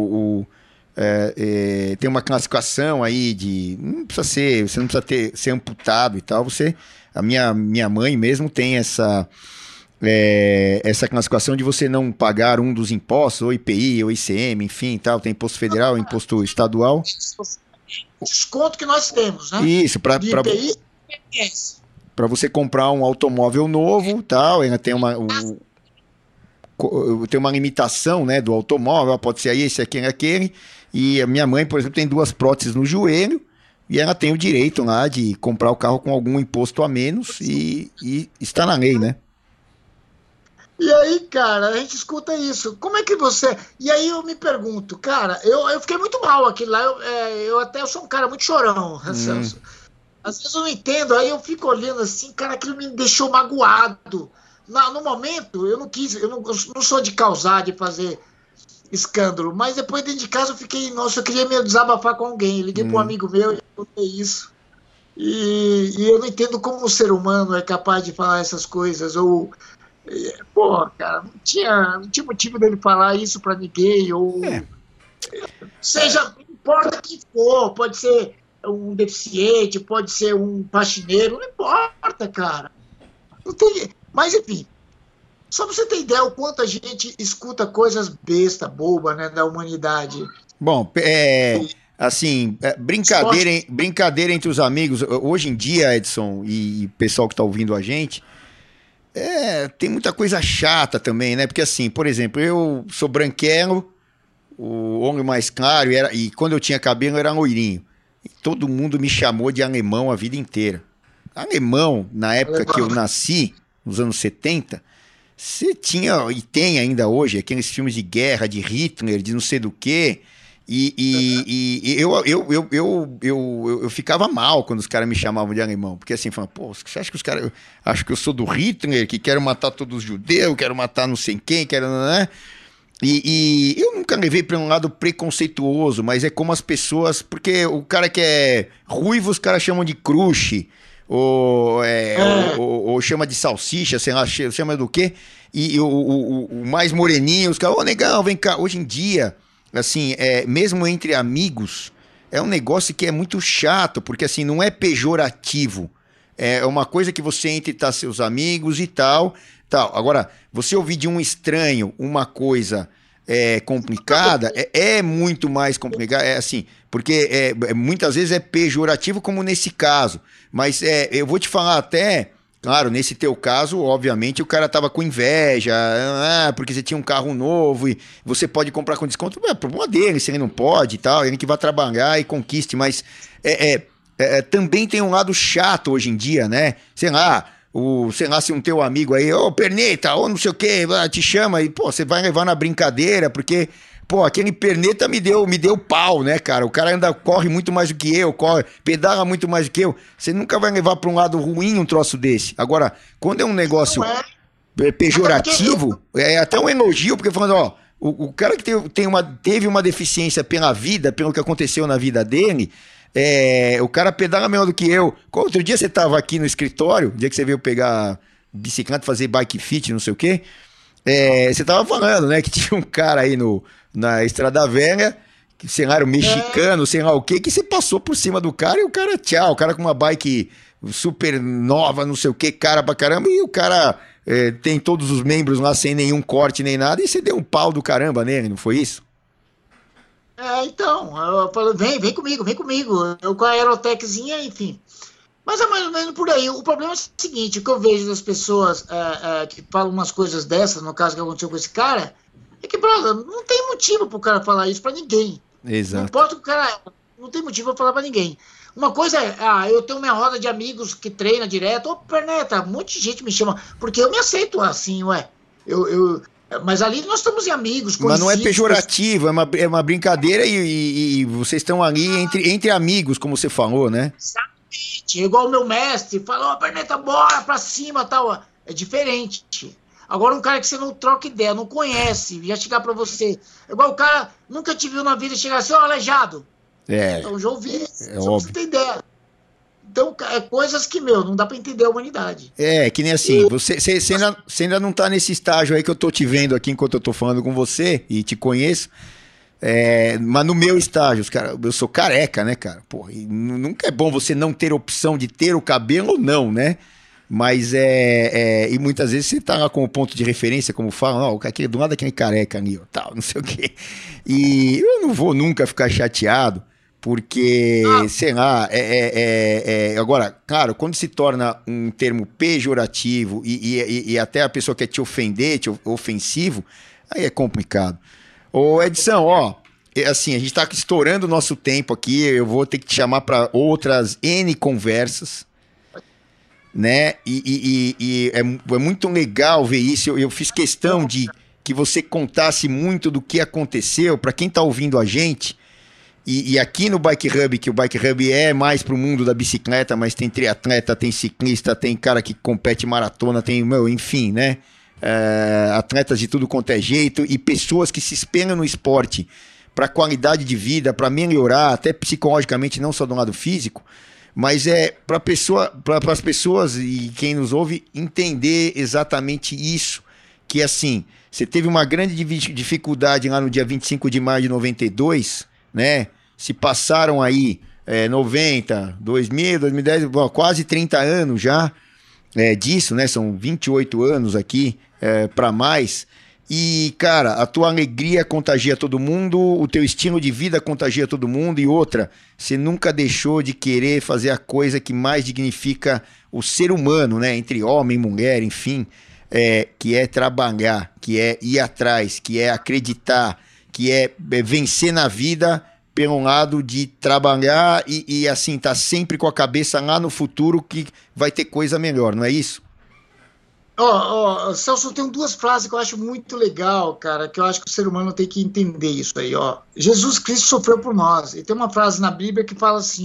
Speaker 1: Tem uma classificação aí de... você não precisa ser amputado e tal. A minha mãe mesmo tem essa classificação de você não pagar um dos impostos, ou IPI, ou ICM, enfim, tal. Tem imposto federal, imposto estadual.
Speaker 2: Desconto que nós temos, né?
Speaker 1: Isso, para
Speaker 2: IPI e IPS.
Speaker 1: Para você comprar um automóvel novo, tal, ainda tem tem uma limitação, né, do automóvel, pode ser esse, aquele. E a minha mãe, por exemplo, tem 2 próteses no joelho e ela tem o direito lá de comprar o carro com algum imposto a menos e está na lei, né?
Speaker 2: E aí, cara, a gente escuta isso. Como é que você... E aí eu me pergunto, cara, eu fiquei muito mal aqui lá. Eu sou um cara muito chorão, Celso. Às vezes eu não entendo, aí eu fico olhando assim, cara, aquilo me deixou magoado. No momento, eu não sou de causar, de fazer escândalo, mas depois dentro de casa eu fiquei, nossa, eu queria me desabafar com alguém. Eu liguei para um amigo meu e contei isso. E eu não entendo como o ser humano é capaz de falar essas coisas, ou... Pô, cara, não tinha motivo dele falar isso para ninguém, ou... Seja, não importa quem for, pode ser um deficiente, pode ser um faxineiro, não importa, cara. Não tem... Mas, enfim, só pra você ter ideia o quanto a gente escuta coisas besta, boba, né, da humanidade.
Speaker 1: Bom, assim, brincadeira entre os amigos. Hoje em dia, Edson, e pessoal que tá ouvindo a gente, tem muita coisa chata também, né? Porque assim, por exemplo, eu sou branquelo, o olho mais claro, e quando eu tinha cabelo eu era loirinho. E todo mundo me chamou de alemão a vida inteira. Alemão, na época que eu nasci, nos anos 70, você tinha, e tem ainda hoje, aqueles filmes de guerra, de Hitler, de não sei do quê, e eu ficava mal quando os caras me chamavam de alemão, porque assim, falavam, pô, você acha que os caras acham que eu sou do Hitler, que quero matar todos os judeus, quero matar não sei quem, quero... Né? E eu nunca levei para um lado preconceituoso, mas é como as pessoas... Porque o cara que é ruivo, os caras chamam de crush, ou chama de salsicha, sei lá, chama do quê? E o mais moreninho, os caras, negão, vem cá. Hoje em dia, assim, mesmo entre amigos, é um negócio que é muito chato, porque assim, não é pejorativo. É uma coisa que você entre tá seus amigos e tal. Agora, você ouvir de um estranho uma coisa complicada, é muito mais complicado, assim, porque muitas vezes é pejorativo, como nesse caso, mas eu vou te falar até, claro, nesse teu caso, obviamente, o cara tava com inveja, porque você tinha um carro novo e você pode comprar com desconto, é problema dele, se ele não pode e tal, ele que vai trabalhar e conquiste, mas também tem um lado chato hoje em dia, né, sei lá, se um teu amigo aí, perneta, ou não sei o que, te chama e, pô, você vai levar na brincadeira, porque, pô, aquele perneta me deu pau, né, cara? O cara corre muito mais do que eu, pedala muito mais do que eu. Você nunca vai levar pra um lado ruim um troço desse. Agora, quando é um negócio pejorativo, é até um elogio, porque falando, ó, o cara que teve uma deficiência pela vida, pelo que aconteceu na vida dele, o cara pedala melhor do que eu. Outro dia você tava aqui no escritório, o dia que você veio pegar bicicleta, fazer bike fit, não sei o quê, você tava falando, né, que tinha um cara aí na Estrada Velha sei lá, era o mexicano, sei lá o quê, que você passou por cima do cara e o cara, tchau, o cara com uma bike super nova, não sei o quê, cara pra caramba, e o cara tem todos os membros lá sem nenhum corte nem nada, e você deu um pau do caramba nele, não foi isso?
Speaker 2: Então, eu falei, vem comigo, vem comigo. Eu com a Aerotechzinha, enfim. Mas é mais ou menos por aí. O problema é o seguinte, o que eu vejo das pessoas que falam umas coisas dessas, no caso que aconteceu com esse cara, é que, brother, não tem motivo pro cara falar isso pra ninguém.
Speaker 1: Exato.
Speaker 2: Não importa o cara, não tem motivo pra falar pra ninguém. Uma coisa é, eu tenho minha roda de amigos que treina direto, ô, Perneta, um monte de gente me chama, porque eu me aceito assim, ué. Mas ali nós estamos em amigos,
Speaker 1: mas não é pejorativo, é uma brincadeira e vocês estão ali entre amigos, como você falou, né?
Speaker 2: Exatamente. Igual o meu mestre falou, Perneta, bora pra cima, tal. É diferente. Agora um cara que você não troca ideia, não conhece, já chegar pra você. Igual o cara nunca te viu na vida chegar assim, ó, aleijado. Então já ouvi, só pra você ter ideia. Então, coisas que, não dá pra entender a humanidade.
Speaker 1: Que nem assim, você ainda não tá nesse estágio aí que eu tô te vendo aqui enquanto eu tô falando com você e te conheço. Mas no meu estágio, cara, eu sou careca, né, cara? Porra, nunca é bom você não ter opção de ter o cabelo ou não, né? Mas e muitas vezes você tá lá com o ponto de referência, como falam, ó, do lado daquele careca ali, ó, tal, não sei o quê. E eu não vou nunca ficar chateado. Porque, sei lá, agora, claro, quando se torna um termo pejorativo e até a pessoa quer te ofender, ofensivo, aí é complicado. Ô, Edição, ó, assim, a gente tá estourando o nosso tempo aqui, eu vou ter que te chamar para outras N conversas, né? E é muito legal ver isso, eu fiz questão de que você contasse muito do que aconteceu, para quem tá ouvindo a gente. E aqui no Bike Hub, que o Bike Hub é mais pro mundo da bicicleta, mas tem triatleta, tem ciclista, tem cara que compete maratona, tem, enfim, né? Atletas de tudo quanto é jeito e pessoas que se espelham no esporte para qualidade de vida, para melhorar, até psicologicamente, não só do lado físico, mas para as pessoas e quem nos ouve entender exatamente isso, que assim, você teve uma grande dificuldade lá no dia 25 de maio de 92, né? Se passaram aí 90, 2000, 2010, quase 30 anos já disso, né? São 28 anos aqui para mais. E, cara, a tua alegria contagia todo mundo, o teu estilo de vida contagia todo mundo. E outra, você nunca deixou de querer fazer a coisa que mais dignifica o ser humano, né? Entre homem e mulher, enfim, que é trabalhar, que é ir atrás, que é acreditar, que é vencer na vida pelo lado de trabalhar e assim, tá sempre com a cabeça lá no futuro que vai ter coisa melhor, não é isso?
Speaker 2: Celso, eu tenho duas frases que eu acho muito legal, cara, que eu acho que o ser humano tem que entender isso aí, ó. Jesus Cristo sofreu por nós, e tem uma frase na Bíblia que fala assim,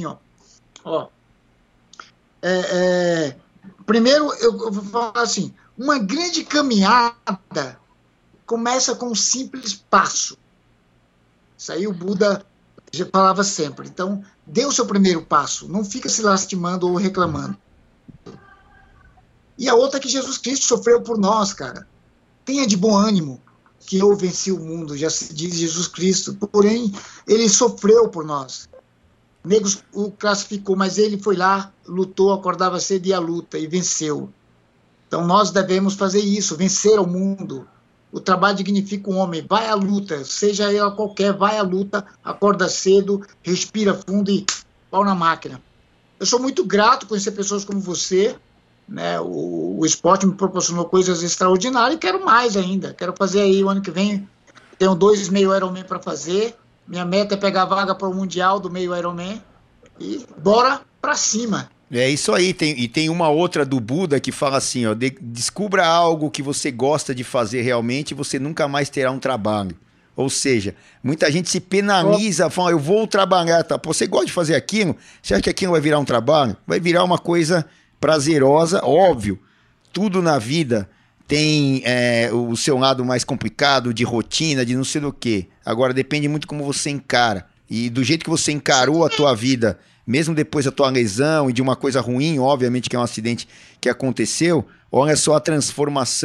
Speaker 2: primeiro eu vou falar assim, uma grande caminhada começa com um simples passo. Isso aí o Buda já falava sempre. Então, dê o seu primeiro passo. Não fica se lastimando ou reclamando. E a outra é que Jesus Cristo sofreu por nós, cara. Tenha de bom ânimo, que eu venci o mundo, já se diz Jesus Cristo. Porém, ele sofreu por nós. Negros o classificou, mas ele foi lá, lutou, acordava cedo e a luta, e venceu. Então, nós devemos fazer isso, vencer o mundo. O trabalho dignifica o homem, vai à luta, seja ela qualquer, vai à luta, acorda cedo, respira fundo e pau na máquina. Eu sou muito grato conhecer pessoas como você, né? O esporte me proporcionou coisas extraordinárias e quero mais ainda. Quero fazer aí o ano que vem, tenho 2 meio Ironman para fazer, minha meta é pegar a vaga para o Mundial do meio Ironman e bora para cima.
Speaker 1: É isso aí, tem uma outra do Buda que fala assim, ó, descubra algo que você gosta de fazer realmente e você nunca mais terá um trabalho. Ou seja, muita gente se penaliza, fala, eu vou trabalhar, tá? Pô, você gosta de fazer aquilo? Você acha que aquilo vai virar um trabalho? Vai virar uma coisa prazerosa, óbvio. Tudo na vida tem o seu lado mais complicado, de rotina, de não sei do que. Agora depende muito como você encara. E do jeito que você encarou a tua vida, mesmo depois da tua lesão e de uma coisa ruim, obviamente que é um acidente que aconteceu, olha só a transformação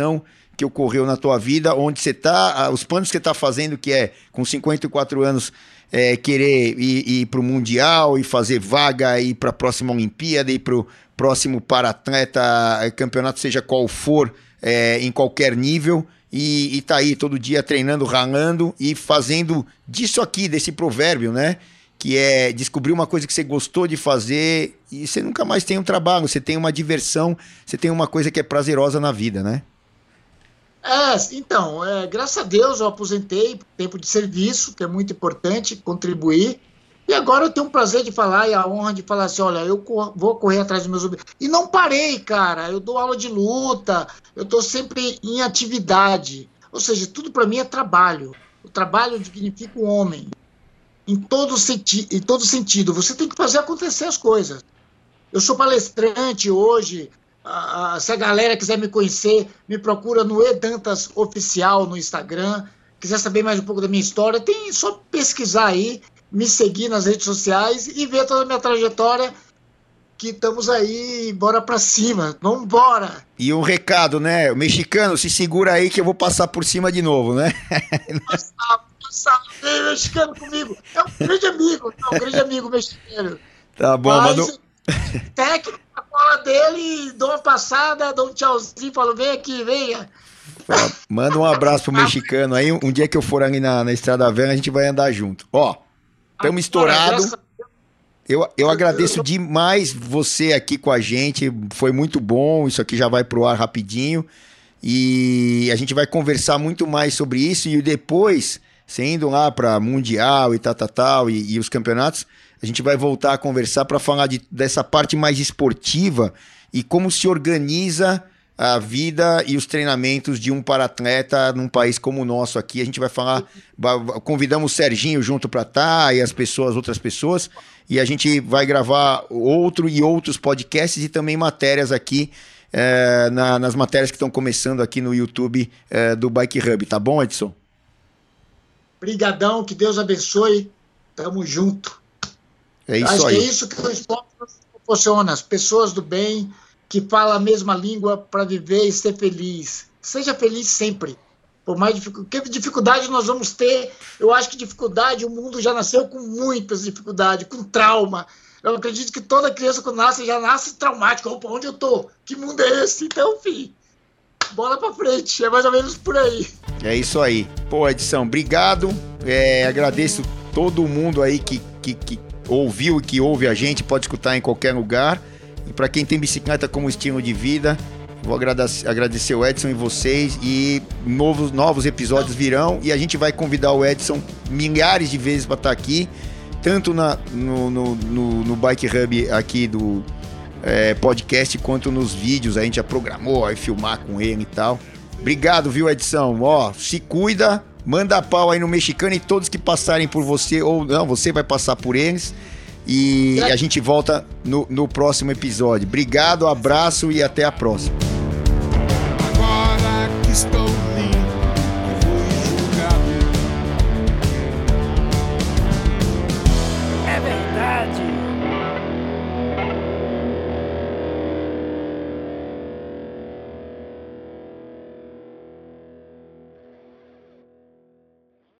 Speaker 1: que ocorreu na tua vida, onde você tá, os planos que você tá fazendo, que é com 54 anos querer ir para o Mundial e fazer vaga, ir para a próxima Olimpíada, ir para o próximo para-atleta, campeonato seja qual for, em qualquer nível, e tá aí todo dia treinando, ralando e fazendo disso aqui, desse provérbio, né? Que é descobrir uma coisa que você gostou de fazer e você nunca mais tem um trabalho, você tem uma diversão, você tem uma coisa que é prazerosa na vida, né?
Speaker 2: Então, graças a Deus eu aposentei, tempo de serviço, que é muito importante, contribuir, e agora eu tenho o prazer de falar e a honra de falar assim, olha, eu vou correr atrás dos meus objetivos. E não parei, cara, eu dou aula de luta, eu estou sempre em atividade, ou seja, tudo para mim é trabalho. O trabalho dignifica o homem, em todo sentido. Você tem que fazer acontecer as coisas. Eu sou palestrante hoje. Se a galera quiser me conhecer, me procura no Edantas Oficial no Instagram. Quiser saber mais um pouco da minha história, tem só pesquisar aí, me seguir nas redes sociais e ver toda a minha trajetória, que estamos aí, bora pra cima, vamos embora.
Speaker 1: E um recado, né, o mexicano, se segura aí que eu vou passar por cima de novo, né?
Speaker 2: Vem mexicano comigo, é um grande amigo mexicano.
Speaker 1: Tá bom, mano.
Speaker 2: Técnico na bola dele, dou uma passada, dou um tchauzinho, falo, vem aqui, venha.
Speaker 1: Manda um abraço pro mexicano aí, um dia que eu for ali na Estrada Velha, a gente vai andar junto. Ó, estamos estourados. Eu agradeço demais você aqui com a gente, foi muito bom, isso aqui já vai pro ar rapidinho, e a gente vai conversar muito mais sobre isso, e depois, você indo lá para Mundial e tal, e os campeonatos, a gente vai voltar a conversar para falar dessa parte mais esportiva e como se organiza a vida e os treinamentos de um para-atleta num país como o nosso aqui. A gente vai falar, convidamos o Serginho junto para e outras pessoas, e a gente vai gravar outros podcasts e também matérias aqui, nas matérias que estão começando aqui no YouTube do Bike Hub. Tá bom, Edson?
Speaker 2: Brigadão, que Deus abençoe. Tamo junto.
Speaker 1: É isso
Speaker 2: Acho
Speaker 1: aí.
Speaker 2: que é isso que o esporte nos proporciona, as pessoas do bem que falam a mesma língua para viver e ser feliz. Seja feliz sempre. Por mais dificuldade nós vamos ter, eu acho que dificuldade, o mundo já nasceu com muitas dificuldades, com trauma. Eu acredito que toda criança quando nasce, já nasce traumática. Opa, onde eu tô? Que mundo é esse? Então, filho, bola pra frente, é mais ou menos por aí.
Speaker 1: É isso aí. Pô, Edson, obrigado. Agradeço todo mundo aí que ouviu e que ouve a gente, pode escutar em qualquer lugar. E para quem tem bicicleta como estilo de vida, vou agradecer o Edson e vocês, e novos episódios virão, e a gente vai convidar o Edson milhares de vezes para estar aqui, tanto no Bike Hub aqui do podcast, quanto nos vídeos. A gente já programou, vai filmar com ele e tal. Obrigado, viu, Edson? Ó, se cuida, manda pau aí no mexicano e todos que passarem por você, ou não, você vai passar por eles. E a gente volta no próximo episódio. Obrigado, abraço e até a próxima.
Speaker 3: Agora que estou lindo.